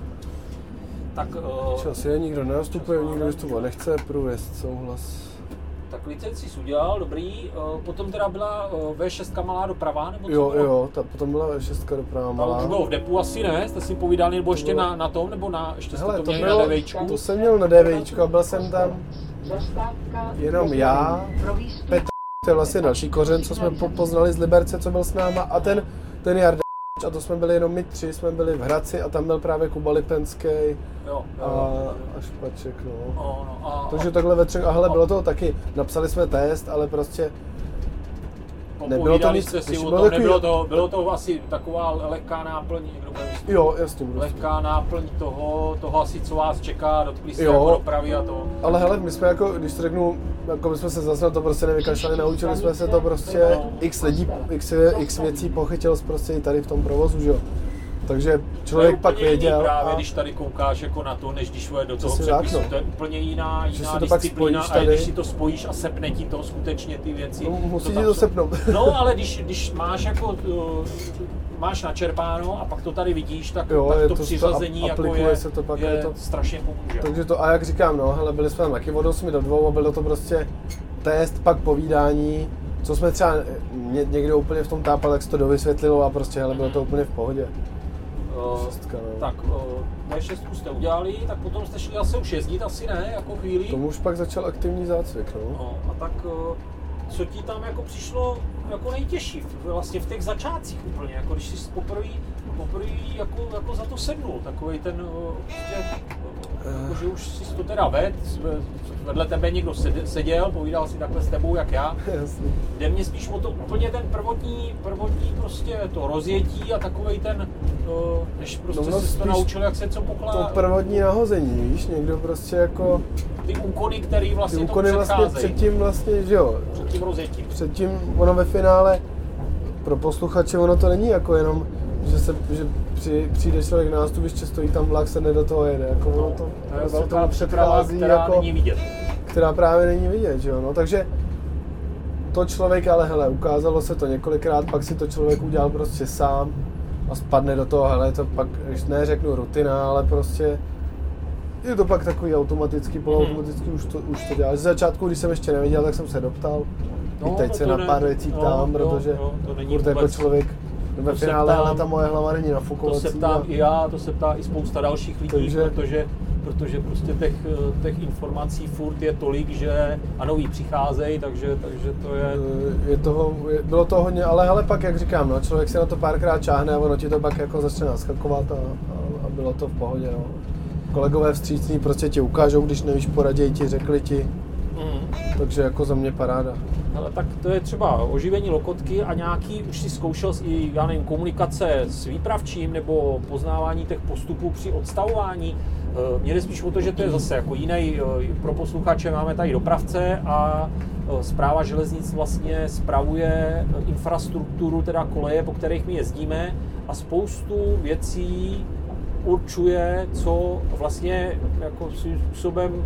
Tak, čas je, nikdo nenastupuje, nikdo vystupovat nechce, průjezd, souhlas. Tak licenci jsi udělal, dobrý. Potom teda byla V6 malá doprava, nebo co? Jo, potom byla V6 doprava malá. To už bylo v depu asi, ne? Jste si povídali, nebo ještě na tom, nebo ještě jste to měli na DVčku? To jsem měl na DVčku a byl jsem tam jenom já, Petr, to je vlastně další kořen, co jsme poznali z Liberce, co byl s náma, a ten Jarda, a to jsme byli jenom my tři, jsme byli v Hradci a tam byl právě Kuba Lipenský a Špaček, no. Takže takhle ve třech, a hele, bylo to taky, napsali jsme test, ale prostě nebylo to nic. Bylo to asi taková lehká náplň, jo, jasně. Lehká náplň toho asi, co vás čeká, dotkli se jako dopravy a to. Ale hele, my jsme jako, když to řeknu, jako my jsme se zase na to prostě nevykašlali, naučili jsme se to prostě, x věcí pochytil prostě i tady v tom provozu, že jo. Takže člověk pak věděl. Právě když tady koukáš jako na to, než když vůjde do toho přepisu, to je úplně jiná disciplína a když si to spojíš a sepne ti to skutečně ty věci. No, musí ti to sepnout. No, ale když máš jako máš načerpáno a pak to tady vidíš, tak to přiřazení jako je strašně pomůže. Takže to, a jak říkám, no, hele, byli jsme tam taky od 8 do 2 a bylo to prostě test, pak povídání, co jsme třeba někdo úplně v tom tápal, tak se to dovysvětlilo a prostě, hele, bylo to úplně v pohodě. Tak, V6 jste udělali, tak potom jste šli asi už jezdit, asi ne, jako chvíli. Tomu už pak začal aktivní zácvik, no. A tak, co ti tam jako přišlo jako nejtěžší, vlastně v těch začátcích úplně, jako když jsi poprvé jako za to sednul, takovej ten, jako, že už jsi to teda vedle tebe někdo seděl, povídal si takhle s tebou, jak já. Jasně. Jde mě spíš o to úplně ten prvotní prostě to rozjetí a takovej ten, než prostě jsi to naučil, jak se co pokládá. To prvotní nahození, víš, někdo prostě jako... Ty úkony, který vlastně tomu předcházejí. Vlastně předtím vlastně, že jo. Před tím rozjetím. Předtím, ono ve finále, pro posluchače, ono to není jako jenom, že přijde člověk na nástupiště, stojí tam vlak, se do toho jede, jako ono to tomu předchází, která není vidět. Která právě není vidět, že jo, no, takže to člověk, ale hele, ukázalo se to několikrát, pak si to člověk udělal prostě sám a spadne do toho, hele, to pak, když neřeknu rutina, ale prostě je to pak takový automatický, poloautomatický, už to dělá. Z začátku, když jsem ještě neviděl, tak jsem se doptal, i teď se na pár věcí ptám, protože furt jako člověk ve finále, ale ta moje hlava není nafukovací. To se ptám i já, to se ptá i spousta dalších lidí, protože prostě těch informací furt je tolik, že a noví přicházejí, takže to je... Bylo to hodně, ale hele, pak jak říkám, no, člověk se na to párkrát čáhne a ono ti to pak jako začne naskakovat a bylo to v pohodě, no. Kolegové vstřícní prostě ti ukážou, když nevíš, poraději ti, řekli ti, takže jako za mě paráda. Ale tak to je třeba oživení lokotky a nějaký, už si zkoušel i, já nevím, komunikace s výpravčím nebo poznávání těch postupů při odstavování. Mně jde spíš o to, že to je zase jako jiný, pro posluchače máme tady dopravce a Správa železnic vlastně spravuje infrastrukturu, teda koleje, po kterých my jezdíme a spoustu věcí určuje, co vlastně jako svým způsobem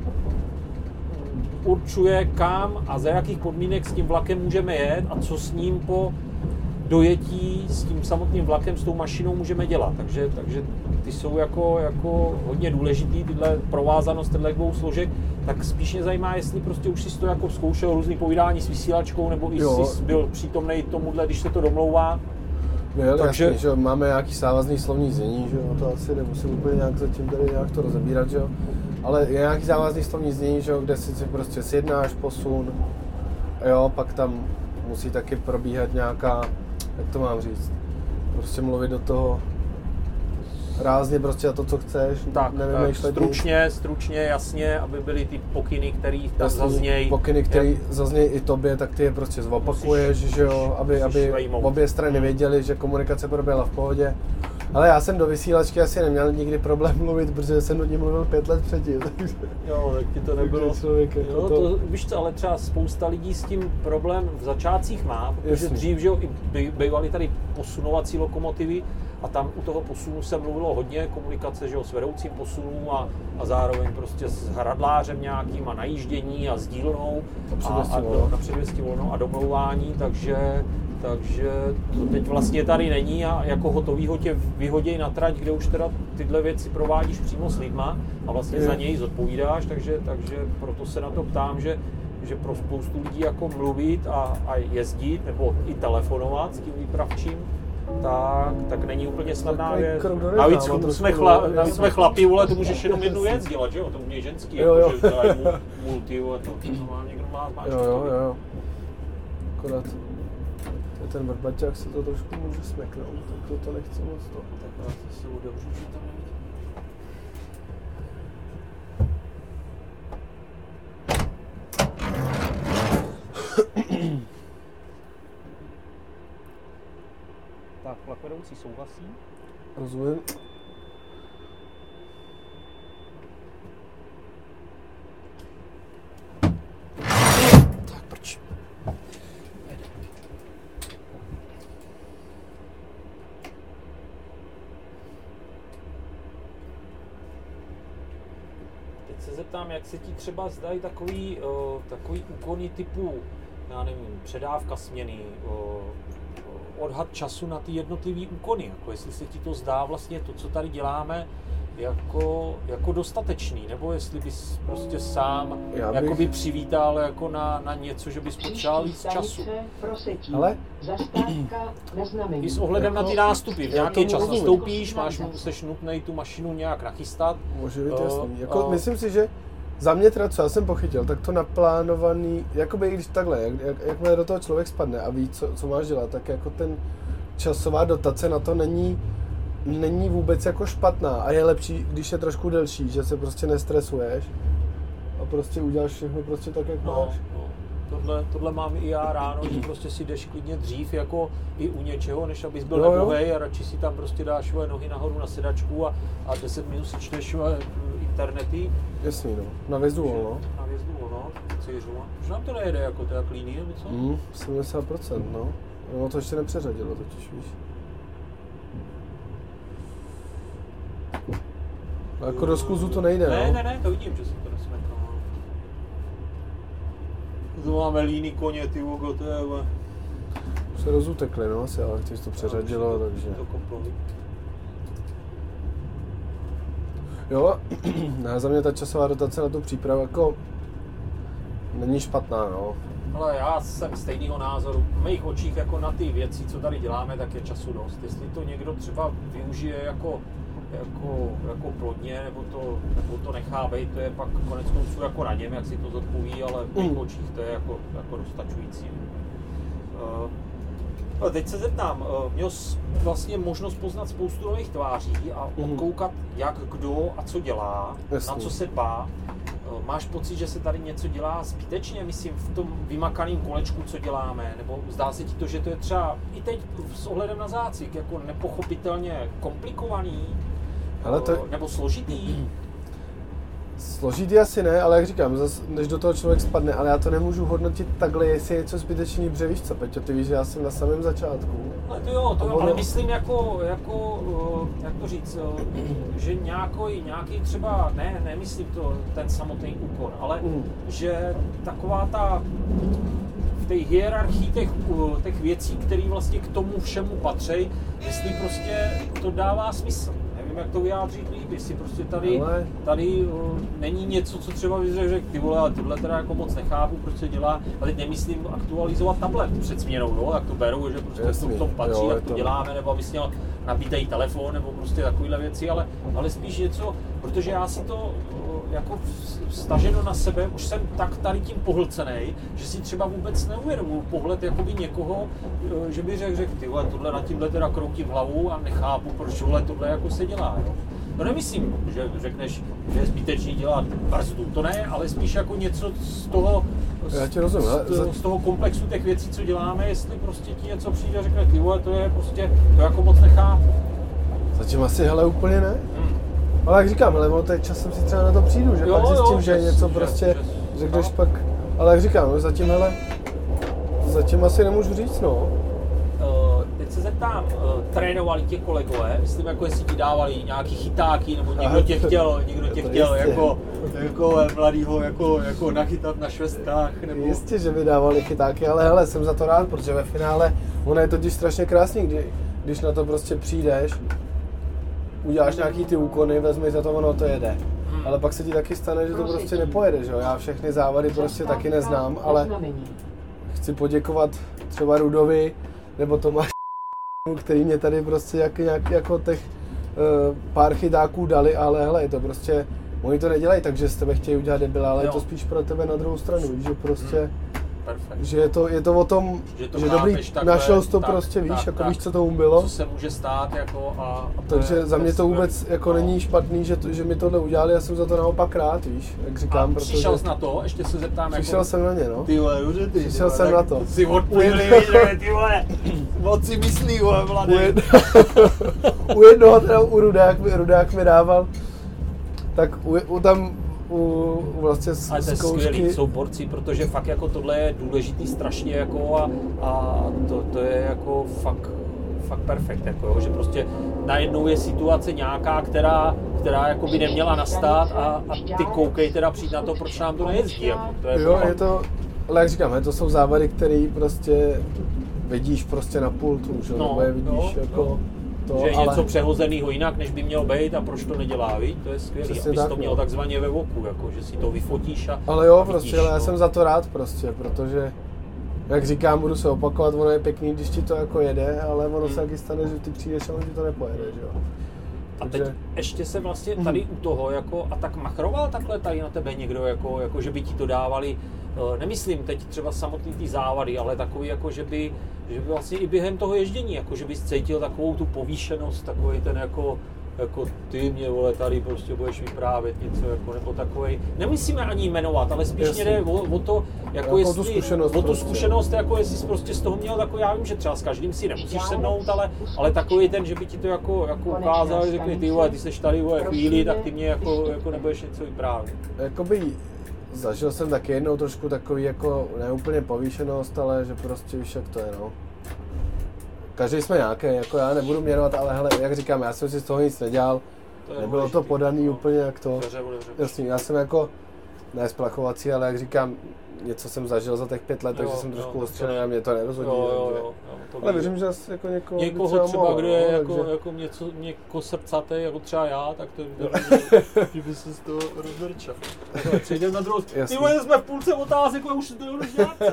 určuje, kam a za jakých podmínek s tím vlakem můžeme jet a co s ním po dojetí s tím samotným vlakem, s tou mašinou můžeme dělat. Takže ty jsou jako hodně důležitý, tyhle provázanost těchto dvou složek, tak spíš mě zajímá, jestli prostě už si to jako zkoušel různý povídání s vysílačkou, nebo jsi byl přítomnej tomuhle, když se to domlouvá. Jo, takže jasný, že máme nějaký závazný slovní znění, že jo, to asi nemusím úplně nějak zatím tady nějak to rozebírat, že jo. Ale je nějaký závazný slovní znění, že jo, kde si prostě sjednáš posun, jo, pak tam musí taky probíhat nějaká, jak to mám říct, prostě mluvit do toho rázně prostě a to, co chceš, tak stručně, jasně, aby byly ty pokyny, které tam zaznějí. Pokyny, které zaznějí i tobě, tak ty je prostě zopakuješ, že jo, aby obě strany věděly, že komunikace proběhla v pohodě. Ale já jsem do vysílačky asi neměl nikdy problém mluvit, protože jsem do ní mluvil 5 let předtím. Takže jo, tak ti to nebylo. Člověk jako jo, to, víš co, ale třeba spousta lidí s tím problém v začátcích má, protože dřív, že jo, bývaly tady posunovací lokomotivy a tam u toho posunu se mluvilo hodně komunikace, že jo, s vedoucím posunů a zároveň prostě s hradlářem nějakým a najíždění a s dílnou na předvěstí volnou a domlouvání, takže to teď vlastně tady není a jako hotovýho tě vyhoděj na trať, kde už teda tyhle věci provádíš přímo s lidma a vlastně za něj zodpovídáš, takže proto se na to ptám, že pro spoustu lidí jako mluvit a jezdit nebo i telefonovat s tím výpravčím, tak není úplně snadná věc. Navíc jsme chlapi, vole, to můžeš jenom jednu věc dělat, že jo? To může ženský, jako, že to je multi, to má někdo má Jo. Akorát ten vrbaťák se to trošku může smeknout, tak to nechci moc to. Tak já se udevřu, že tam není. Tak, vlakvedoucí souhlasí. Rozumím. Tak, proč? Teď se zeptám, jak se ti třeba zdají takový úkony typu, já nevím, předávka směny, odhad času na ty jednotlivý úkony, jako jestli se ti to zdá vlastně to, co tady děláme, jako dostatečný, nebo jestli bys prostě sám jakoby přivítal jako na něco, že bys potřeboval víc času. Ale? I s ohledem na ty nástupy, v nějaký čas nastoupíš, seš nutnej tu mašinu nějak nachystat. Může být jasný. Jako, myslím si, že za mě teda, co já jsem pochytil, tak to naplánovaný, jakoby i když takhle, jakmile do toho člověk spadne a ví, co máš dělat, tak jako ten časová dotace na to není vůbec jako špatná a je lepší, když je trošku delší, že se prostě nestresuješ a prostě uděláš všechno prostě tak, jak máš. Tohle mám i já ráno, že prostě si jdeš klidně dřív jako i u něčeho, než abys byl nebohej a radši si tam prostě dáš svoje nohy nahoru na sedačku a 10 minut si čteš internety. Jasný, no. Na Vjezdu volno. Na Vjezdu volno, Ciřova. Už nám to nejede jako teda klíný, nebo co? 70%, no. No to ještě nepřeřadilo totiž, víš. A jako do skluzu to nejde, no? Ne, to vidím, že jsem to nesmekal. To máme líný koně, ty vogo, to je... Už se rozutekli, no asi, ale když to přeřadilo, takže... To koplovi. Jo, za mě ta časová dotace na tu přípravu jako není špatná, no. Ale já jsem stejného názoru. V mých očích jako na ty věci, co tady děláme, tak je času dost. Jestli to někdo třeba využije jako plodně, nebo to nechá být, to je pak konec konců jako na něm, jak si to zodpoví, ale v mých očích to je jako dostačující. Ale teď se zeptám, měl jsi vlastně možnost poznat spoustu nových tváří a odkoukat, jak kdo a co dělá, na co se dbá. Máš pocit, že se tady něco dělá zbytečně, myslím, v tom vymakaném kolečku, co děláme? Nebo zdá se ti to, že to je třeba i teď s ohledem na zácvik jako nepochopitelně komplikovaný, nebo složitý? Složitý asi ne, ale jak říkám, než do toho člověk spadne, ale já to nemůžu hodnotit takhle, jestli je něco zbytečný, protože víš co, Peťo, ty víš, že já jsem na samém začátku. Ale to jo, ale myslím jak to říct, že nějaký třeba, nemyslím to ten samotný úkon, ale že taková ta v té hierarchii těch věcí, které vlastně k tomu všemu patří, jestli prostě to dává smysl. Jak to vyjádřit líp, jestli prostě tady není něco, co třeba bys řekl, ty vole, tohle teda jako moc nechápu, proč se dělá, a teď nemyslím aktualizovat tablet před směnou, no, tak to beru, že prostě v tom patří, tak to děláme, nebo abys měl nabítej telefon, nebo prostě takovýhle věci, ale spíš něco, protože já si to jako staženo na sebe, už jsem tak tady tím pohlcenej, že si třeba vůbec neuvědomuji pohled jakoby někoho, že by řekl, ty vole, tohle na tímhle teda kroutím hlavu a nechápu, proč tohle jako se dělá, jo. No nemyslím, že řekneš, že je zbytečný dělat brzdu, to ne, ale spíš jako něco z toho, z toho komplexu těch věcí, co děláme, jestli prostě ti něco přijde a řekne, ty vole, to je prostě, to jako moc nechápu. Zatím asi, hele, úplně ne. Ale jak říkám, ale teď časem si třeba na to přijdu, že pak zjistím, že něco prostě řekneš pak, ale jak říkám, no, zatím asi nemůžu říct, no. Teď se zeptám, trénovali tě kolegové, myslím, jako jestli ti dávali nějaký chytáky, nebo někdo tě chtěl jako mladýho jako nachytat na švestkách, nebo... Jistě, že mi dávali chytáky, ale hele, jsem za to rád, protože ve finále ono je totiž strašně krásný, když na to prostě přijdeš, uděláš nějaký ty úkony, vezmeš za to, ono to jede. Ale pak se ti taky stane, že to prostě nepojede, že jo? Já všechny závady prostě taky neznám, ale chci poděkovat třeba Rudovi, nebo Tomáši, který mě tady prostě jako těch pár chytáků dali, ale hele, je to prostě, oni to nedělají tak, že z tebe chtějí udělat debila, ale je to spíš pro tebe na druhou stranu, víš, že prostě... Perfect. Že je to o tom, že dobrý, našel jsi to prostě, víš, jako víš, co tomu bylo. Co se může stát, jako takže za mě to vůbec jako není špatný, že mi tohle udělali, já jsem za to naopak rád, víš, jak říkám, protože... přišel jsi na to, ještě se zeptám, přišel jsem na ně, no. Ty vole, přišel jsem na to. Jsi odpojili, ty vole, moc si myslí, vole, mladý. U jednoho teda, Rudák mi dával, tak vlastně ale to je skvělý, jsou borci, protože fakt jako tohle je důležitý strašně jako a to je jako fakt perfekt, jako jo, že prostě najednou je situace nějaká, která jako by neměla nastat a ty koukej teda přijít na to, proč nám to nejezdí. Jako, to je jo, je to, ale jak říkám, to jsou závady, které prostě vidíš prostě na pultu, že? Nebo je vidíš jako... To, že je něco přehozenýho jinak, než by mělo být a proč to nedělá, víš? To je skvělý, abys to měl takzvaně ve voku, jako, že si to vyfotíš a ale jo, a vidíš, prostě, ale já jsem za to rád prostě, protože, jak říkám, budu se opakovat, ono je pěkný, když ti to jako jede, ale ono se taky stane, že ty přijdeš a on ti to nepojede, že jo? A teď ještě se vlastně tady u toho, jako, a tak machroval takhle tady na tebe někdo, jako že by ti to dávali, nemyslím teď třeba samotný ty závady, ale takový, jako, že by vlastně i během toho ježdění, jako, že bys cítil takovou tu povýšenost, takový ten jako ty mě, vole, tady prostě budeš vyprávět něco, jako, nebo takovej, nemusíme ani jmenovat, ale spíš mě jde o to, jako jestli, o tu zkušenost, jako jestli jsi prostě z toho měl takový, já vím, že třeba s každým si nemusíš sednout, ale takový ten, že by ti to jako ukázal, že řekli, ty vole, ty seš tady, vole, chvíli, tak ty mě jako nebudeš něco vyprávět. Jakoby zažil jsem taky jednou trošku takový, jako, ne úplně povýšenost, ale že prostě víš, jak to je, no. Každý jsme nějaký, jako já nebudu jmenovat, ale hele, jak říkám, já jsem si z toho nic nedělal, nebylo to podaný úplně jak to. Jasně, já jsem jako, ne splachovací, ale jak říkám, něco jsem zažil za těch 5 let, takže jsem trošku ostřený a mě to nerozhodí. Ale věřím, že asi jako někoho třeba, kdo je jako něco srdcatý, jako třeba já, tak to že by se z toho rozvrčel. Přejdeme na druhou. Ty vole, jsme v půlce otázek, už to už děláte,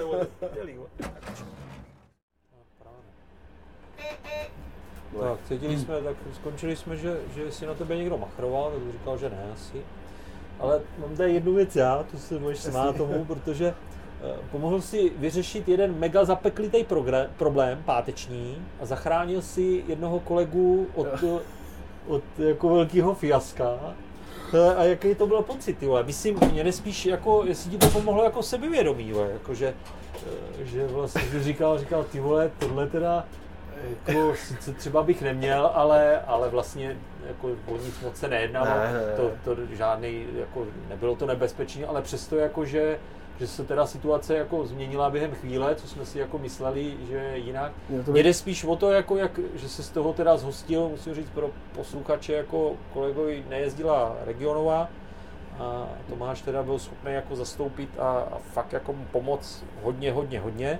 Tak, skončili jsme, že si na tebe někdo machroval, tak říkal, že ne asi. Ale mám tady jednu věc já, tu se můžeš smát tomu, protože pomohl si vyřešit jeden mega zapeklitý problém páteční a zachránil si jednoho kolegu od jako velkého fiaska. A jaký to byl pocit, ty vole? Myslím, mě nespíš jako, jestli ti to pomohlo jako sebevědomí, jakože, že vlastně jsi říkal, ty vole, tohle teda Jako, sice třeba bych neměl, ale vlastně jako o nic moc se nejednalo, to žádný, jako nebylo to nebezpečné, ale přesto jako, že se teda situace jako změnila během chvíle, co jsme si jako mysleli, že jinak. Mě jde spíš o to, jako že se z toho teda zhostil, musím říct pro posluchače, jako kolegovi nejezdila Regionová, a Tomáš teda byl schopný jako zastoupit a fakt jako mu pomoct hodně.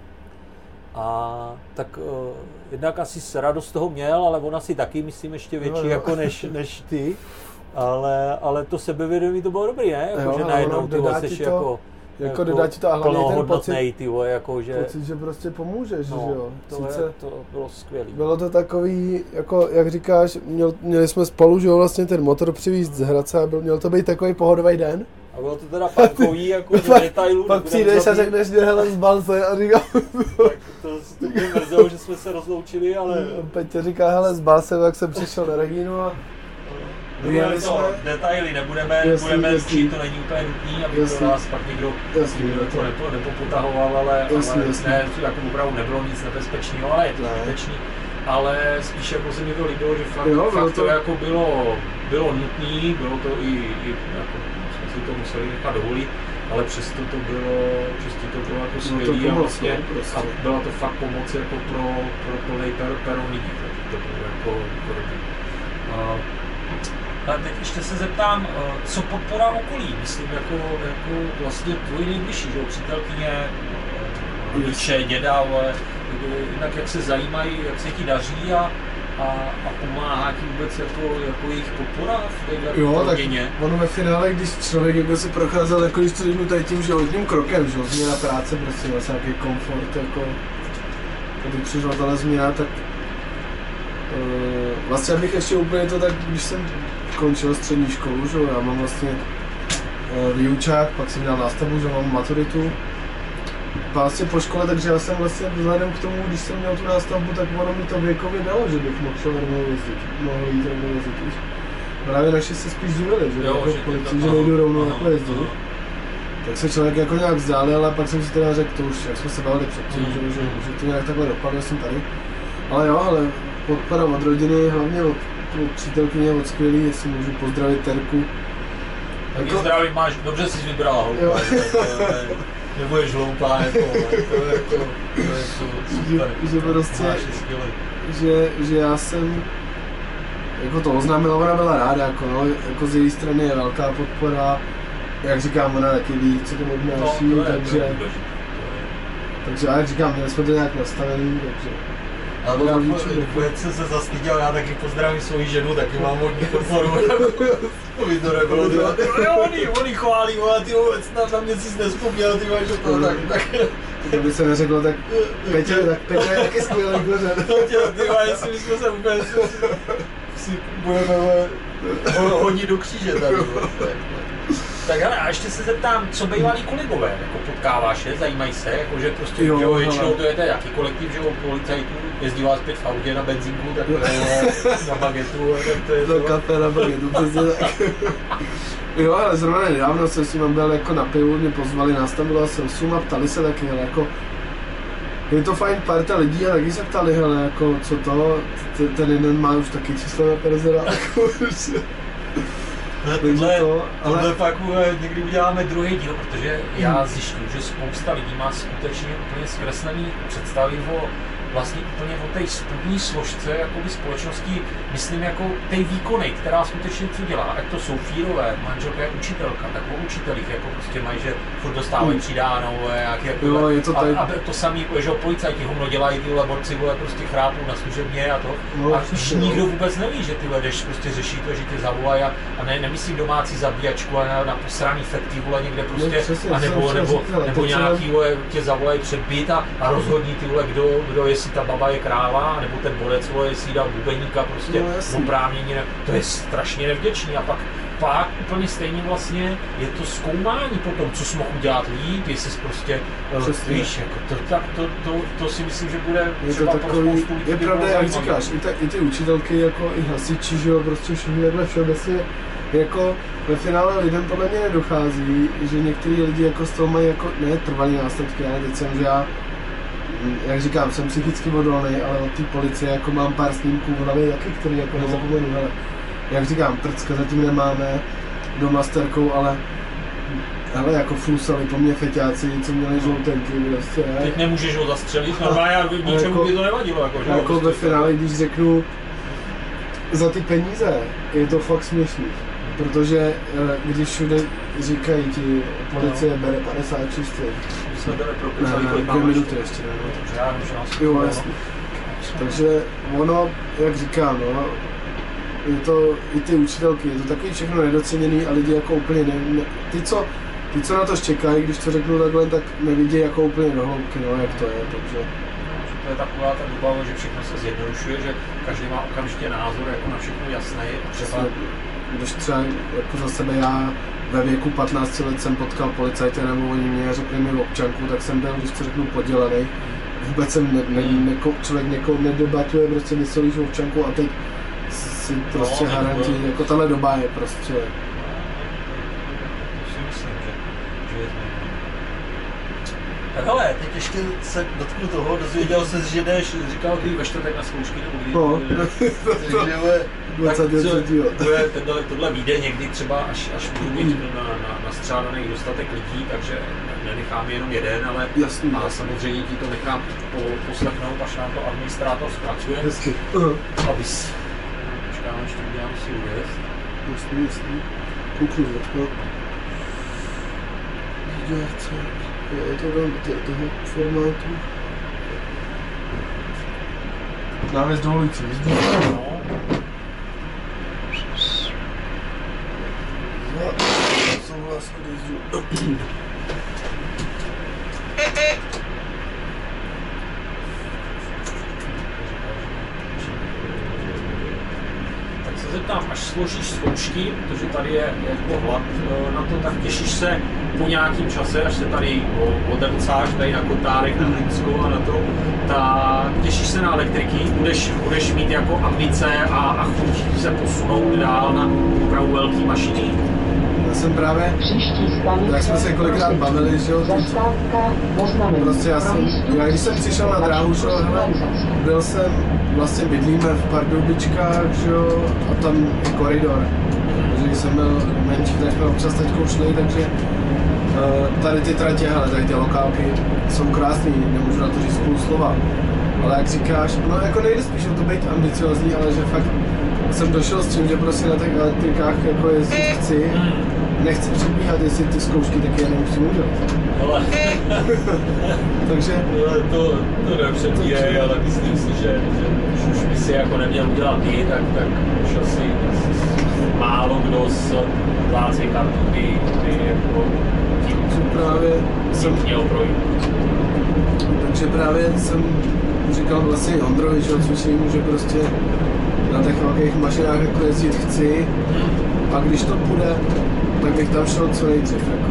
A tak jednak asi se radost toho měl, ale on asi taky, myslím, ještě větší jako než ty. Ale to sebevědomí to bylo dobrý, ne? Jako, že najednou ty seš jako dodá ti to a hlavně ten pocit, jako, že prostě pomůžeš, že jo. To bylo skvělý. Bylo to takový, jako jak říkáš, měli jsme spolu, že jo, vlastně ten motor přivízt z Hradce a měl to být takový pohodový den. A bylo to teda parkový, jako do detailů. Pak přijdeš a řekneš, že hele zbal se a říkám. Tak to mě mrzelo, že jsme se rozloučili, ale Peťa říká, hele zbal se, jak jsem přišel na Regínu a Budeme to detaily, nebudeme učit, to není úplně nutný, aby to nás pak někdo to nepoputahoval, ale ne, jako opravdu nebylo nic nebezpečného, ale je to zbytečný. Ale spíš jako se mi to líbilo, že fakt to jako bylo nutné, bylo to i jako, jsme si to museli nechat dovolit, ale přesto to bylo jako skvělý a vlastně a byla to fakt pomoc jako pro plný peron lidí, to bylo jako dobrý. A teď ještě se zeptám, co podpora okolí, myslím, jako vlastně tvoji nejbližší, že přítelkyně, rodiče, děda, ale jinak jak se zajímají, jak se ti daří a pomáhá ti vůbec jako jejich podpora v této rodině? Tak ono ve finále, když člověk jako si procházel, jako když to řeknu tady tím životním krokem, že změna práce, prostě vlastně nějaký komfort, jako když přišla tahle změna, tak vlastně abych ještě úplně to tak, když jsem končil střední školu, že já mám vlastně výučák, pak jsem dělal nástavbu, že mám maturitu. Vlastně po škole, takže já jsem vlastně vzhledem k tomu, když jsem měl tu nástavbu, tak ono mi to věkově dalo, že bych mohl jít rovnou jezdit. Právě naši se spíš divili, že jako policii, že nejdu rovnou takhle jezdit. Tak se člověk jako nějak vzdálil, ale pak jsem si teda řekl, to už, jak jsme se bavili předtím, že to nějak takhle dopadlo, jsem tady. Ale jo, ale podpora od rodiny, hlavně od přítelkyně, od skvělý, jestli můžu pozdravit Terku. Taky zdravím, dobře jsi vybrala hloupa, nebudeš hloupá, to je super, že prostě, že já jsem, jako to oznámila, ona byla ráda, jako z její strany je velká podpora, jak říkám, ona taky ví, co to obnáší, takže jak říkám, měli jsme to nějak nastavený, takže ale vůbec se zastyděl, já taky pozdravím svoji ženu, taky mám hodně podporu. Aby to nebylo, oni chválí, ale ty vůbec na měsíc nespomněl, ty máš to tak. To by se neřeklo, tak Peťa je taky skvělý kořen. Ty máš, jestli my jsme se úplně si budeme hodit do kříže tady. Tak hele, a ještě se zeptám, co bývalí kolegové, jako potkáváš je, zajímají se, jakože prostě, jo, většinou to je jaký kolektiv, že policajtů, jezdí vás zpět v autě na benzínku, tak na bagetu, tak to je to. Kafe na bagetu, přesně tak. Jo, ale zrovna nedávno jsem s ním byl jako na pivu, mě pozvali, nastavila jsem sum a ptali se taky, hele, jako je to fajn parta lidí a taky se ptali, hele, jako co to, ten má už taky číslo na persona, Tohle fakt někdy uděláme druhý díl, protože já zjišťuju, že spousta lidí má skutečně úplně zkreslený představy vlastně úplně o té spodní složce jakoby společnosti, myslím jako té výkony, která skutečně co dělá, ať to jsou fírové, manželka je učitelka, tak o učitelích jako prostě mají, že furt dostávají přidáno, a to samý, že policajti hovno dělají, tyhle borci prostě chrápou na služebně a to, a nikdo vůbec neví, že tyhle jdeš prostě řeší to, že tě zavolají a nemyslím domácí zabíjačku, ale na posraný fekty, někde prostě, a nebo nějaký tě zavolají před byt a rozhodní tyhle, kdo jestli ta baba je kráva, nebo ten borec, jestli dal bubeníka, prostě oprávnění, to je strašně nevděčný a pak úplně stejně vlastně je to zkoumání potom, co jsi mohl udělat líp, jestli jsi prostě, víš, jako to si myslím, že bude třeba pro spoustu lidí. Je pravda, jak říkáš, i ty učitelky, jako i hasiči, že jo, prostě všichni takhle všeobecně, jako ve finále lidem podle mě nedochází, že některý lidi jako z toho mají jako, ne trvalý následky, ale teď jsem, že já jak říkám, jsem psychicky odolný, ale od té policie jako mám pár snímků v hlavě taky, který jako nezapomenu, ale jak říkám, prcka zatím nemáme doma s terkou, ale jako flusali po mně feťáci, co měli žloutenky, prostě. Teď nemůžeš ho zastřelit, normálně ničemu by to nevadilo. Jako ve finále, když řeknu, za ty peníze je to fakt směšný. Protože když všude říkají ti, policie bere 56, jsme byli pro 2 minuty ještě, jo, jasně. Takže ono, jak říkám, no, je to i ty učitelky, je to takový všechno nedoceněný a lidi jako úplně ty, co na to čekají, když to řeknu takhle, tak nevidí jako úplně do hloubky, no, jak to je, takže. To je taková ta doba, že všechno se zjednodušuje, že každý má okamžitě názor, jako na všechno jasný. Třeba když třeba jako za sebe já ve věku 15 let jsem potkal policajty nebo oni mě řekli mi občanku, tak jsem byl, když to řeknu, podělaný. Vůbec jsem člověk někoho nedebatuje, prostě myslíš občanku a teď si prostě harantí, jako tahle doba je prostě. Tak hele, teď ještě se dotknu toho, dozvěděl se, že jdeš, říkal ty ve čtvrtek na zkoušky nebo kdy? No, tohle vyjde někdy třeba, až budu mít nastřádaných dostatek lidí, takže nenechám jenom jeden, ale jasný, a samozřejmě ti to nechám poslechnout, až nám to administrátor zpracuje. Hezky. Abys. Počkám, ještě udělám si uvést. Jasný. Kouknu, je to do toho formátu. Návěs dovolující jízdu. Souhlas k jízdu. Tak se zeptám, až složíš zkoušky, protože tady je jako hlad na to, tak těšíš se po nějakým čase, až se tady odemcáš tady na Kotárek, na Hlinskou a na to, tak těšíš se na elektriky, budeš mít jako ambice a chuť se posunout dál na opravdu velký mašiny. Já jsem právě, jak jsme se kolikrát bavili, že jo, prostě já když jsem přišel na dráhu, že jo, byl jsem, vlastně bydlíme v Pardoubičkách, že jo, a tam je koridor. Takže když jsem byl menší, tak jsme občas teďkou šli, takže tady ty tratě, hele, tady ty lokálky jsou krásný, nemůžu na to říct půl slova. Ale jak říkáš, no jako nejde spíš o to být ambiciozní, ale že fakt jsem došel s tím, že prostě na těch elektrikách jako jezdit chci. Nechci předbíhat, jestli ty zkoušky taky já nemusím udělat. Ale takže to nepředbíhej, ale myslím si, že už by si jako neměl udělat ty, tak už asi málo kdo z zácvikantů by jako tím právě jsem měl projít. Takže právě jsem říkal vlastně Ondrovi, že cvičím, že prostě na těch velkých mašinách jako jezdit chci a když to půjde, tak bych tam šel co nejdřív. Jako.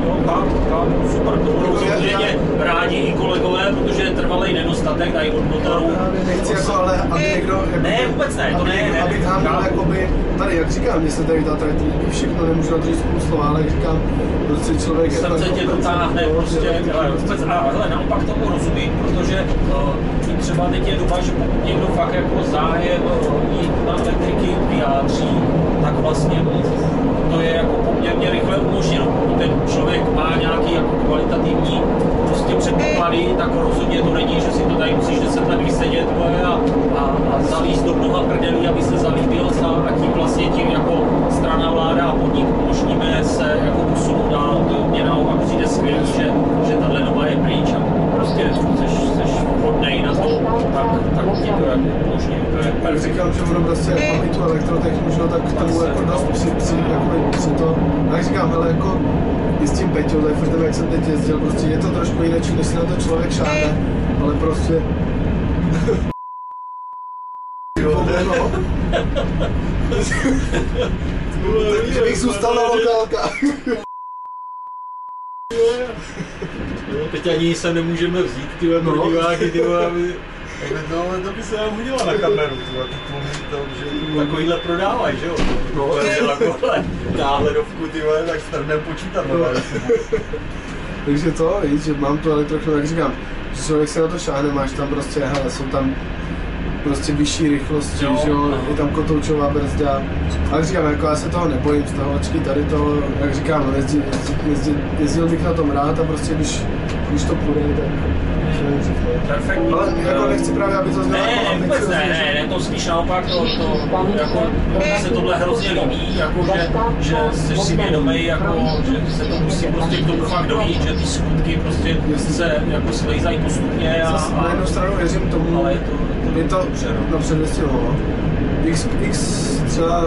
No, super, to budou samozřejmě rádi i kolegové, protože je trvalý nedostatek tady od motorů. Nechci jako, ale aby někdo... Jako, ne, vůbec ne, to ne. Abych hámil jakoby, tady, jak říkám, mně se tady ta trať líbí, všechno nemůžu na to říct půl slova, ale jak říkám, prostě člověk... Srdce tě dotáhne prostě, ale hele, naopak tomu rozumím, protože třeba teď je doba, že pokud někdo fakt jako zájem jít na elektriky vyjádří, tak vlastně to je jako poměrně rychle umožněno. Pokud ten člověk má nějaký jako kvalitativní prostě předpoklady, tak rozhodně to není, že si to tady musíš 10 let vysedět a zalíst do mnoha prdelí, aby se zalíbil a tím vlastně tím jako strana, vláda a podnik umožníme se jako posunout dál. Mně naopak přijde skvělý, že tahle doba je pryč a prostě seš hodnej na to, tak ti to jako umožní. Jak říkám, že ono prostě máme tu elektrotechnu, že tak k tomu jako dost při to. A jak říkám, ale jako i s tím Peťou, tak furt jak jsem teď jezdil, prostě je to trošku jiné, než si na to člověk šáhne, ale prostě... Takže bych zůstal na lokálkách. Teď ani se nemůžeme vzít, tyhle pro diváky, to by se nám udělalo na kameru, že takovýhle prodávají, že jo? Takovýhle náhledovku, tak strnem počítat. Takže to, víš, že mám tu elektrochnu, jak říkám, že člověk se na to šáhne, máš tam prostě, hele, jsou tam prostě vyšší rychlosti, že jo, je tam kotoučová brzda. Ale říkám, jako já se toho nebojím, z toho očky tady to, jak říkám, jezdil bych na tom rád a prostě když to půjde, tak perfektní. Ale jako nechci právě, aby to znělo jako vůbec ne, to spíš naopak, jako, mně se tohle hrozně líbí, jako, že jsi si vědomý, jako, že se to musí prostě k tomu fakt dojít, že ty skutky prostě se jako slejzají postupně a na jednu stranu věřím tomu, ale je to no předvěstilo, no. X třeba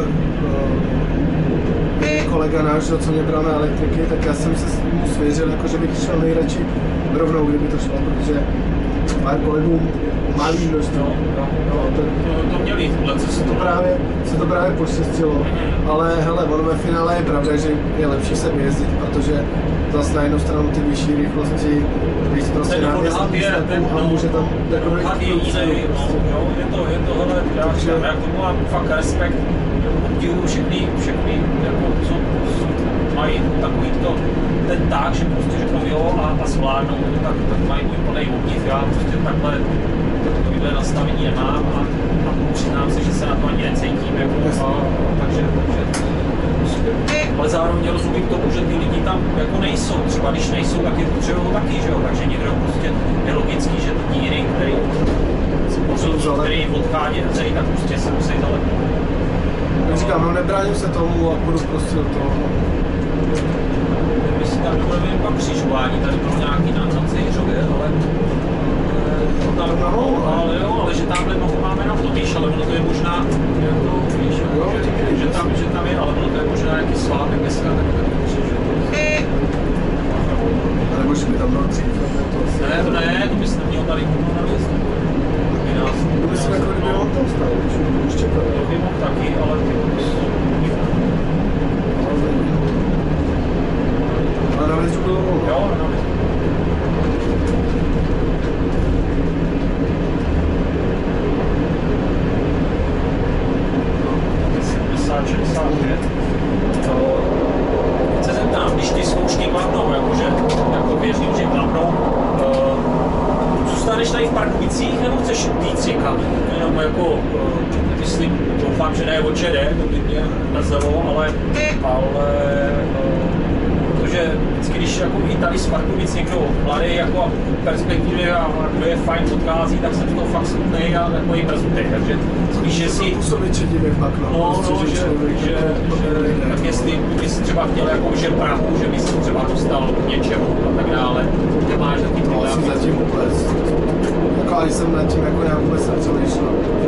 kolega náš, co mě bral na elektriky, tak já jsem se mu svěřil, jako, že bych šel nejradši rovnou, kdyby to šlo, protože pár kolegů malý množství. To měli tuhle cestu. Se to právě poštěstilo, ale hele, ono ve finále je pravda, že je lepší se vyjezdit, protože zase na jednu stranu ty vyšší rychlosti, když prostě náměstí výsledků a může tam takový je to, hele, já k tomu mám fakt respekt, obdivuju všechny jako, co mají takový ten tak, že prostě řeknou jo a zvládnou, tak mají můj plný obdiv, já prostě takhle nastavení nemám a přiznám se, že se na to ani necítím, jako, takže ale zároveň rozumím tomu, že ty lidi tam jako nejsou, třeba když nejsou, tak je potřebují taky, že jo, takže někdo prostě je logický, že ty díry, který odchádějí, tak prostě se musí zalepit. Jak říkám, no nebráním se tomu a budu prostě do toho. My si tam nebudeme pak křižování, tady bylo nějaký na Cejřově, ale ale že tamhle máme na to, víš, ale ono to je možná, jako, víš, že tam je, ale ono to je možná nějaký svátek dneska, tak nebo že by tam bylo dřív, to bys neměl tady na městě. To bys jako kdyby on tam stál, už čekal. To by mohl taky, ale ty ale na věc bylo volno. Jo, na věc. Se zeptám, když ty zkoušky kladnou, jakože, jako věřím, že kladnou, zůstaneš tady v Parkovicích, nebo chceš víc někam? Jenom jako, myslím, doufám, že ne o ČD, to by mě nezelo, ale protože vždycky, když jako i tady z Parkovic někdo mladý jako perspektivě a kdo je fajn odchází, tak jsem z toho fakt smutnej a takový mrzutý, takže spíš, že si... Působit čedivě fakt, že tak jestli bys třeba chtěl jako že Prahu, že bys třeba dostal k něčemu a tak dále, nemáš taky problém. No, jsem zatím vůbec, jako ale jsem nad tím jako nějak vůbec nepřemýšlel.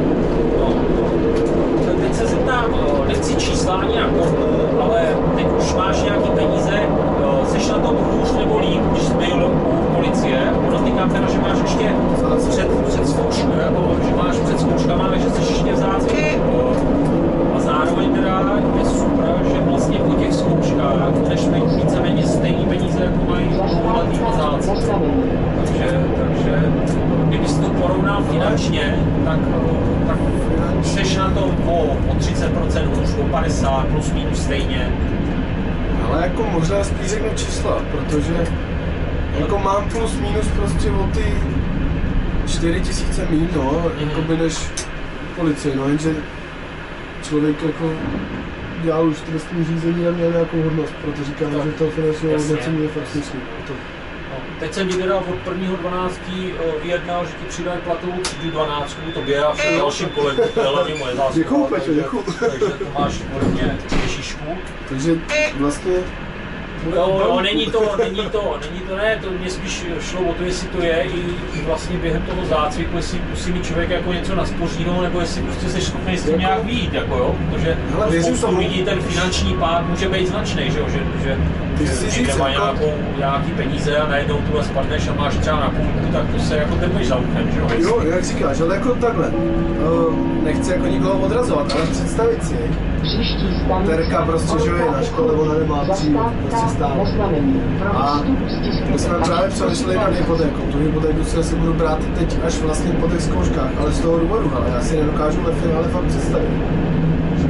Teď se zeptám, nechci čísla ani na komu, ale teď už máš nějaký peníze, seš na tom hůř nebo líp, když jsi byl u policie, podotýkám teda, že máš ještě před zkouškou, jako, že máš před zkouškama, že jsi ještě vzácný. A zároveň teda je super, že vlastně po těch zkouškách budeš mít víceméně stejný peníze, jako mají dlouholetý pozáci. Takže kdybys to porovnal finančně, tak seš na to o 30%, už o 50%, plus minus stejně. Ale jako možná spíš řeknu čísla, protože jako mám plus minus prostě o ty 4000 míň, no, jakoby než policie, no, jenže člověk jako dělal už trestní řízení a měl nějakou hodnost, proto říkám, že to finanční hodnocení je fakt smyslný. Teď jsem ti teda od 1.12. vyjednal, že ti přidají platovou třídu 12, to běhá v dalším kolegu, to je hlavně moje zásluha. Děkuju, Peťo, děkuju. Takže to máš podobně Ježíšku. Takže vlastně... Jo, není to, ne, to mě spíš šlo o to, jestli to je i vlastně během toho zácviku, jestli musí mít člověk jako něco naspoříno, nebo jestli prostě jsi schopný s tím nějak vyjít, jako jo, protože spoustu lidí ten finanční pád může být značný, že někde má nějaký peníze a najednou tu spadneš a máš třeba na půlku, tak to se jako tepeš za uchem, že jo? Jo, jak říkáš, ale jako takhle, nechci jako nikoho odrazovat, ale představit si, Terka prostě, že je na škole, ona nemá příjmu, prostě stále. A my jsme právě přemýšleli nad hypotékou. Tu hypotéku si asi budu brát teď až vlastně po těch zkouškách, ale z toho důvodu, ale já si nedokážu ve finále fakt představit, že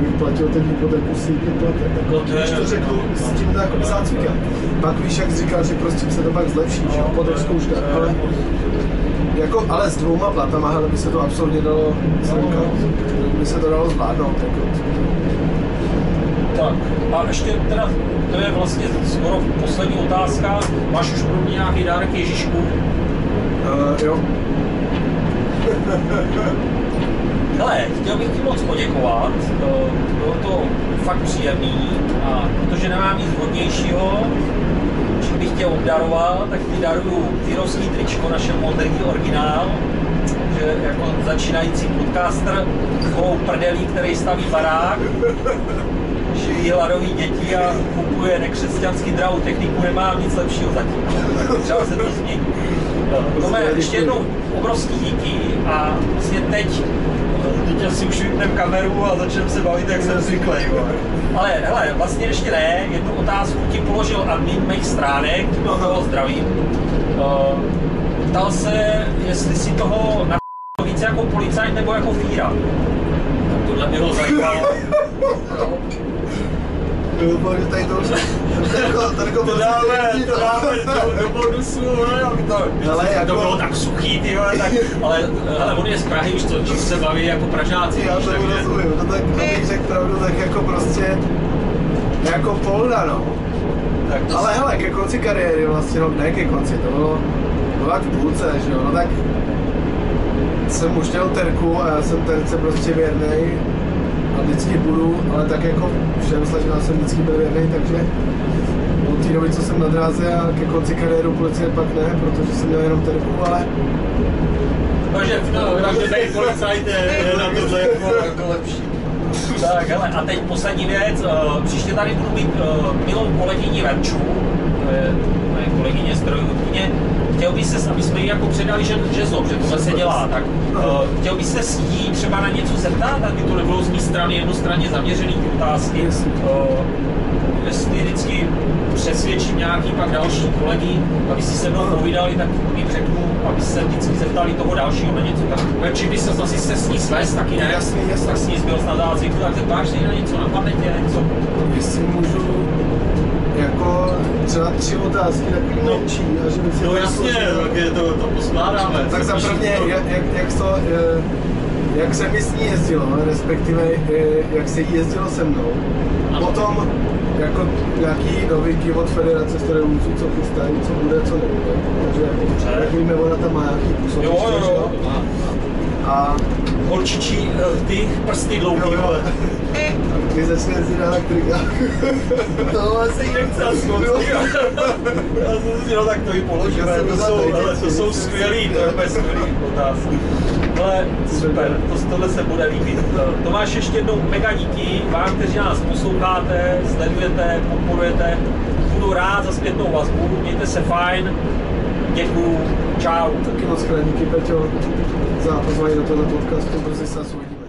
kdybych platil teď hypotéku s jedním platem. Když to řeknu s tím jako zácvikem. Pak víš, jak jsi říkal, že prostě se to pak zlepší, že po těch zkouškách. Ale s 2 platama, hele, by se to absolutně dalo by se to dalo zvládnout. Tak a ještě teda, to je vlastně skoro poslední otázka. Máš už pro mě nějaký dárek Ježíšku? Jo. Hele, chtěl bych ti moc poděkovat, bylo to fakt příjemný a protože nemám nic hodnějšího, čím bych tě obdaroval, tak ti daruju tyrovský tričko, naše moderní originál, že jako začínající podcaster holou prdelí, který staví barák, živí hladový děti a kupuje nekřesťansky drahou techniku, nemám nic lepšího zatím. Třeba se to změní. Tome, ještě jednou obrovský díky a vlastně teď asi už vypnem kameru a začneme se bavit, jak jsem zvyklý. Ale hele, vlastně ještě ne, jednu otázku ti položil admin mých stránek, toho zdravím. Ptal se, jestli si toho více jako policajt nebo jako fíra. Tak tohle mě ho zajímalo. To dáme do bonusu, aby to bylo tak suchý, ale on je z Prahy už, čím se baví jako Pražáci. Já to rozumím, to tak, abych řekl pravdu, tak jako prostě, jako polda, no. Ale hele, ke konci kariéry vlastně, no ne ke konci, to bylo tak v půlce, že jo, no tak jsem už měl terku a já jsem terce prostě věrnej. A vždycky budu, ale tak jako všem snažil jsem vždycky byl věrnej, takže od té doby, co jsem na dráze a ke konci kariéru policie pak ne, protože jsem měl jenom terku, ale... Takže být policajt je na tohle jako lepší. Tak hele, a teď poslední věc, příště tady budu mít milou kolegyni Verču, to je moje kolegyně strojvůdkyně. Chtěl bych se, aby jsme jí jako předali žezlo, že tohle se dělá, tak chtěl bych se s jí třeba na něco zeptat, aby to nebylo z mé strany jednostranně zaměřený otázky. Jestli vždycky přesvědčím nějaký pak další kolegy, aby si se mnou povídali, tak jim řeknu, aby se vždycky zeptali toho dalšího na něco. Tak Verči by se zase se s ní svést, taky ne? Jasný. Tak s ní zbyl snad dát zvyku, tak zeptáš se na něco, napadne tě něco. Jestli můžu jako třeba 3 otázky takový menší a že bych si no jasně, to poskládáme. Tak za prvně, jak se mi s ní jezdilo, respektive jak se jí jezdilo se mnou. Potom jako nějaký novinky od Federace strojvůdců, co chystají, co bude, co nebude. Takže jak víme, ona tam má nějaký působiště. Jo. A holčičí ty prsty dlouhý, ale. Když začne jezdit na elektrikách. To asi nechce aspoň. No tak to i položíme, to jsou skvělý, to je skvělý otázky. Ale super, tohle se bude líbit. Tomáš, ještě jednou mega díky vám, kteří nás posloucháte, sledujete, podporujete. Budu rád za zpětnou vazbu, mějte se fajn. Děkuju, čau. Taky moc krát díky, Peťo, za pozvání do tohle podcastu, brzy se uvidíme.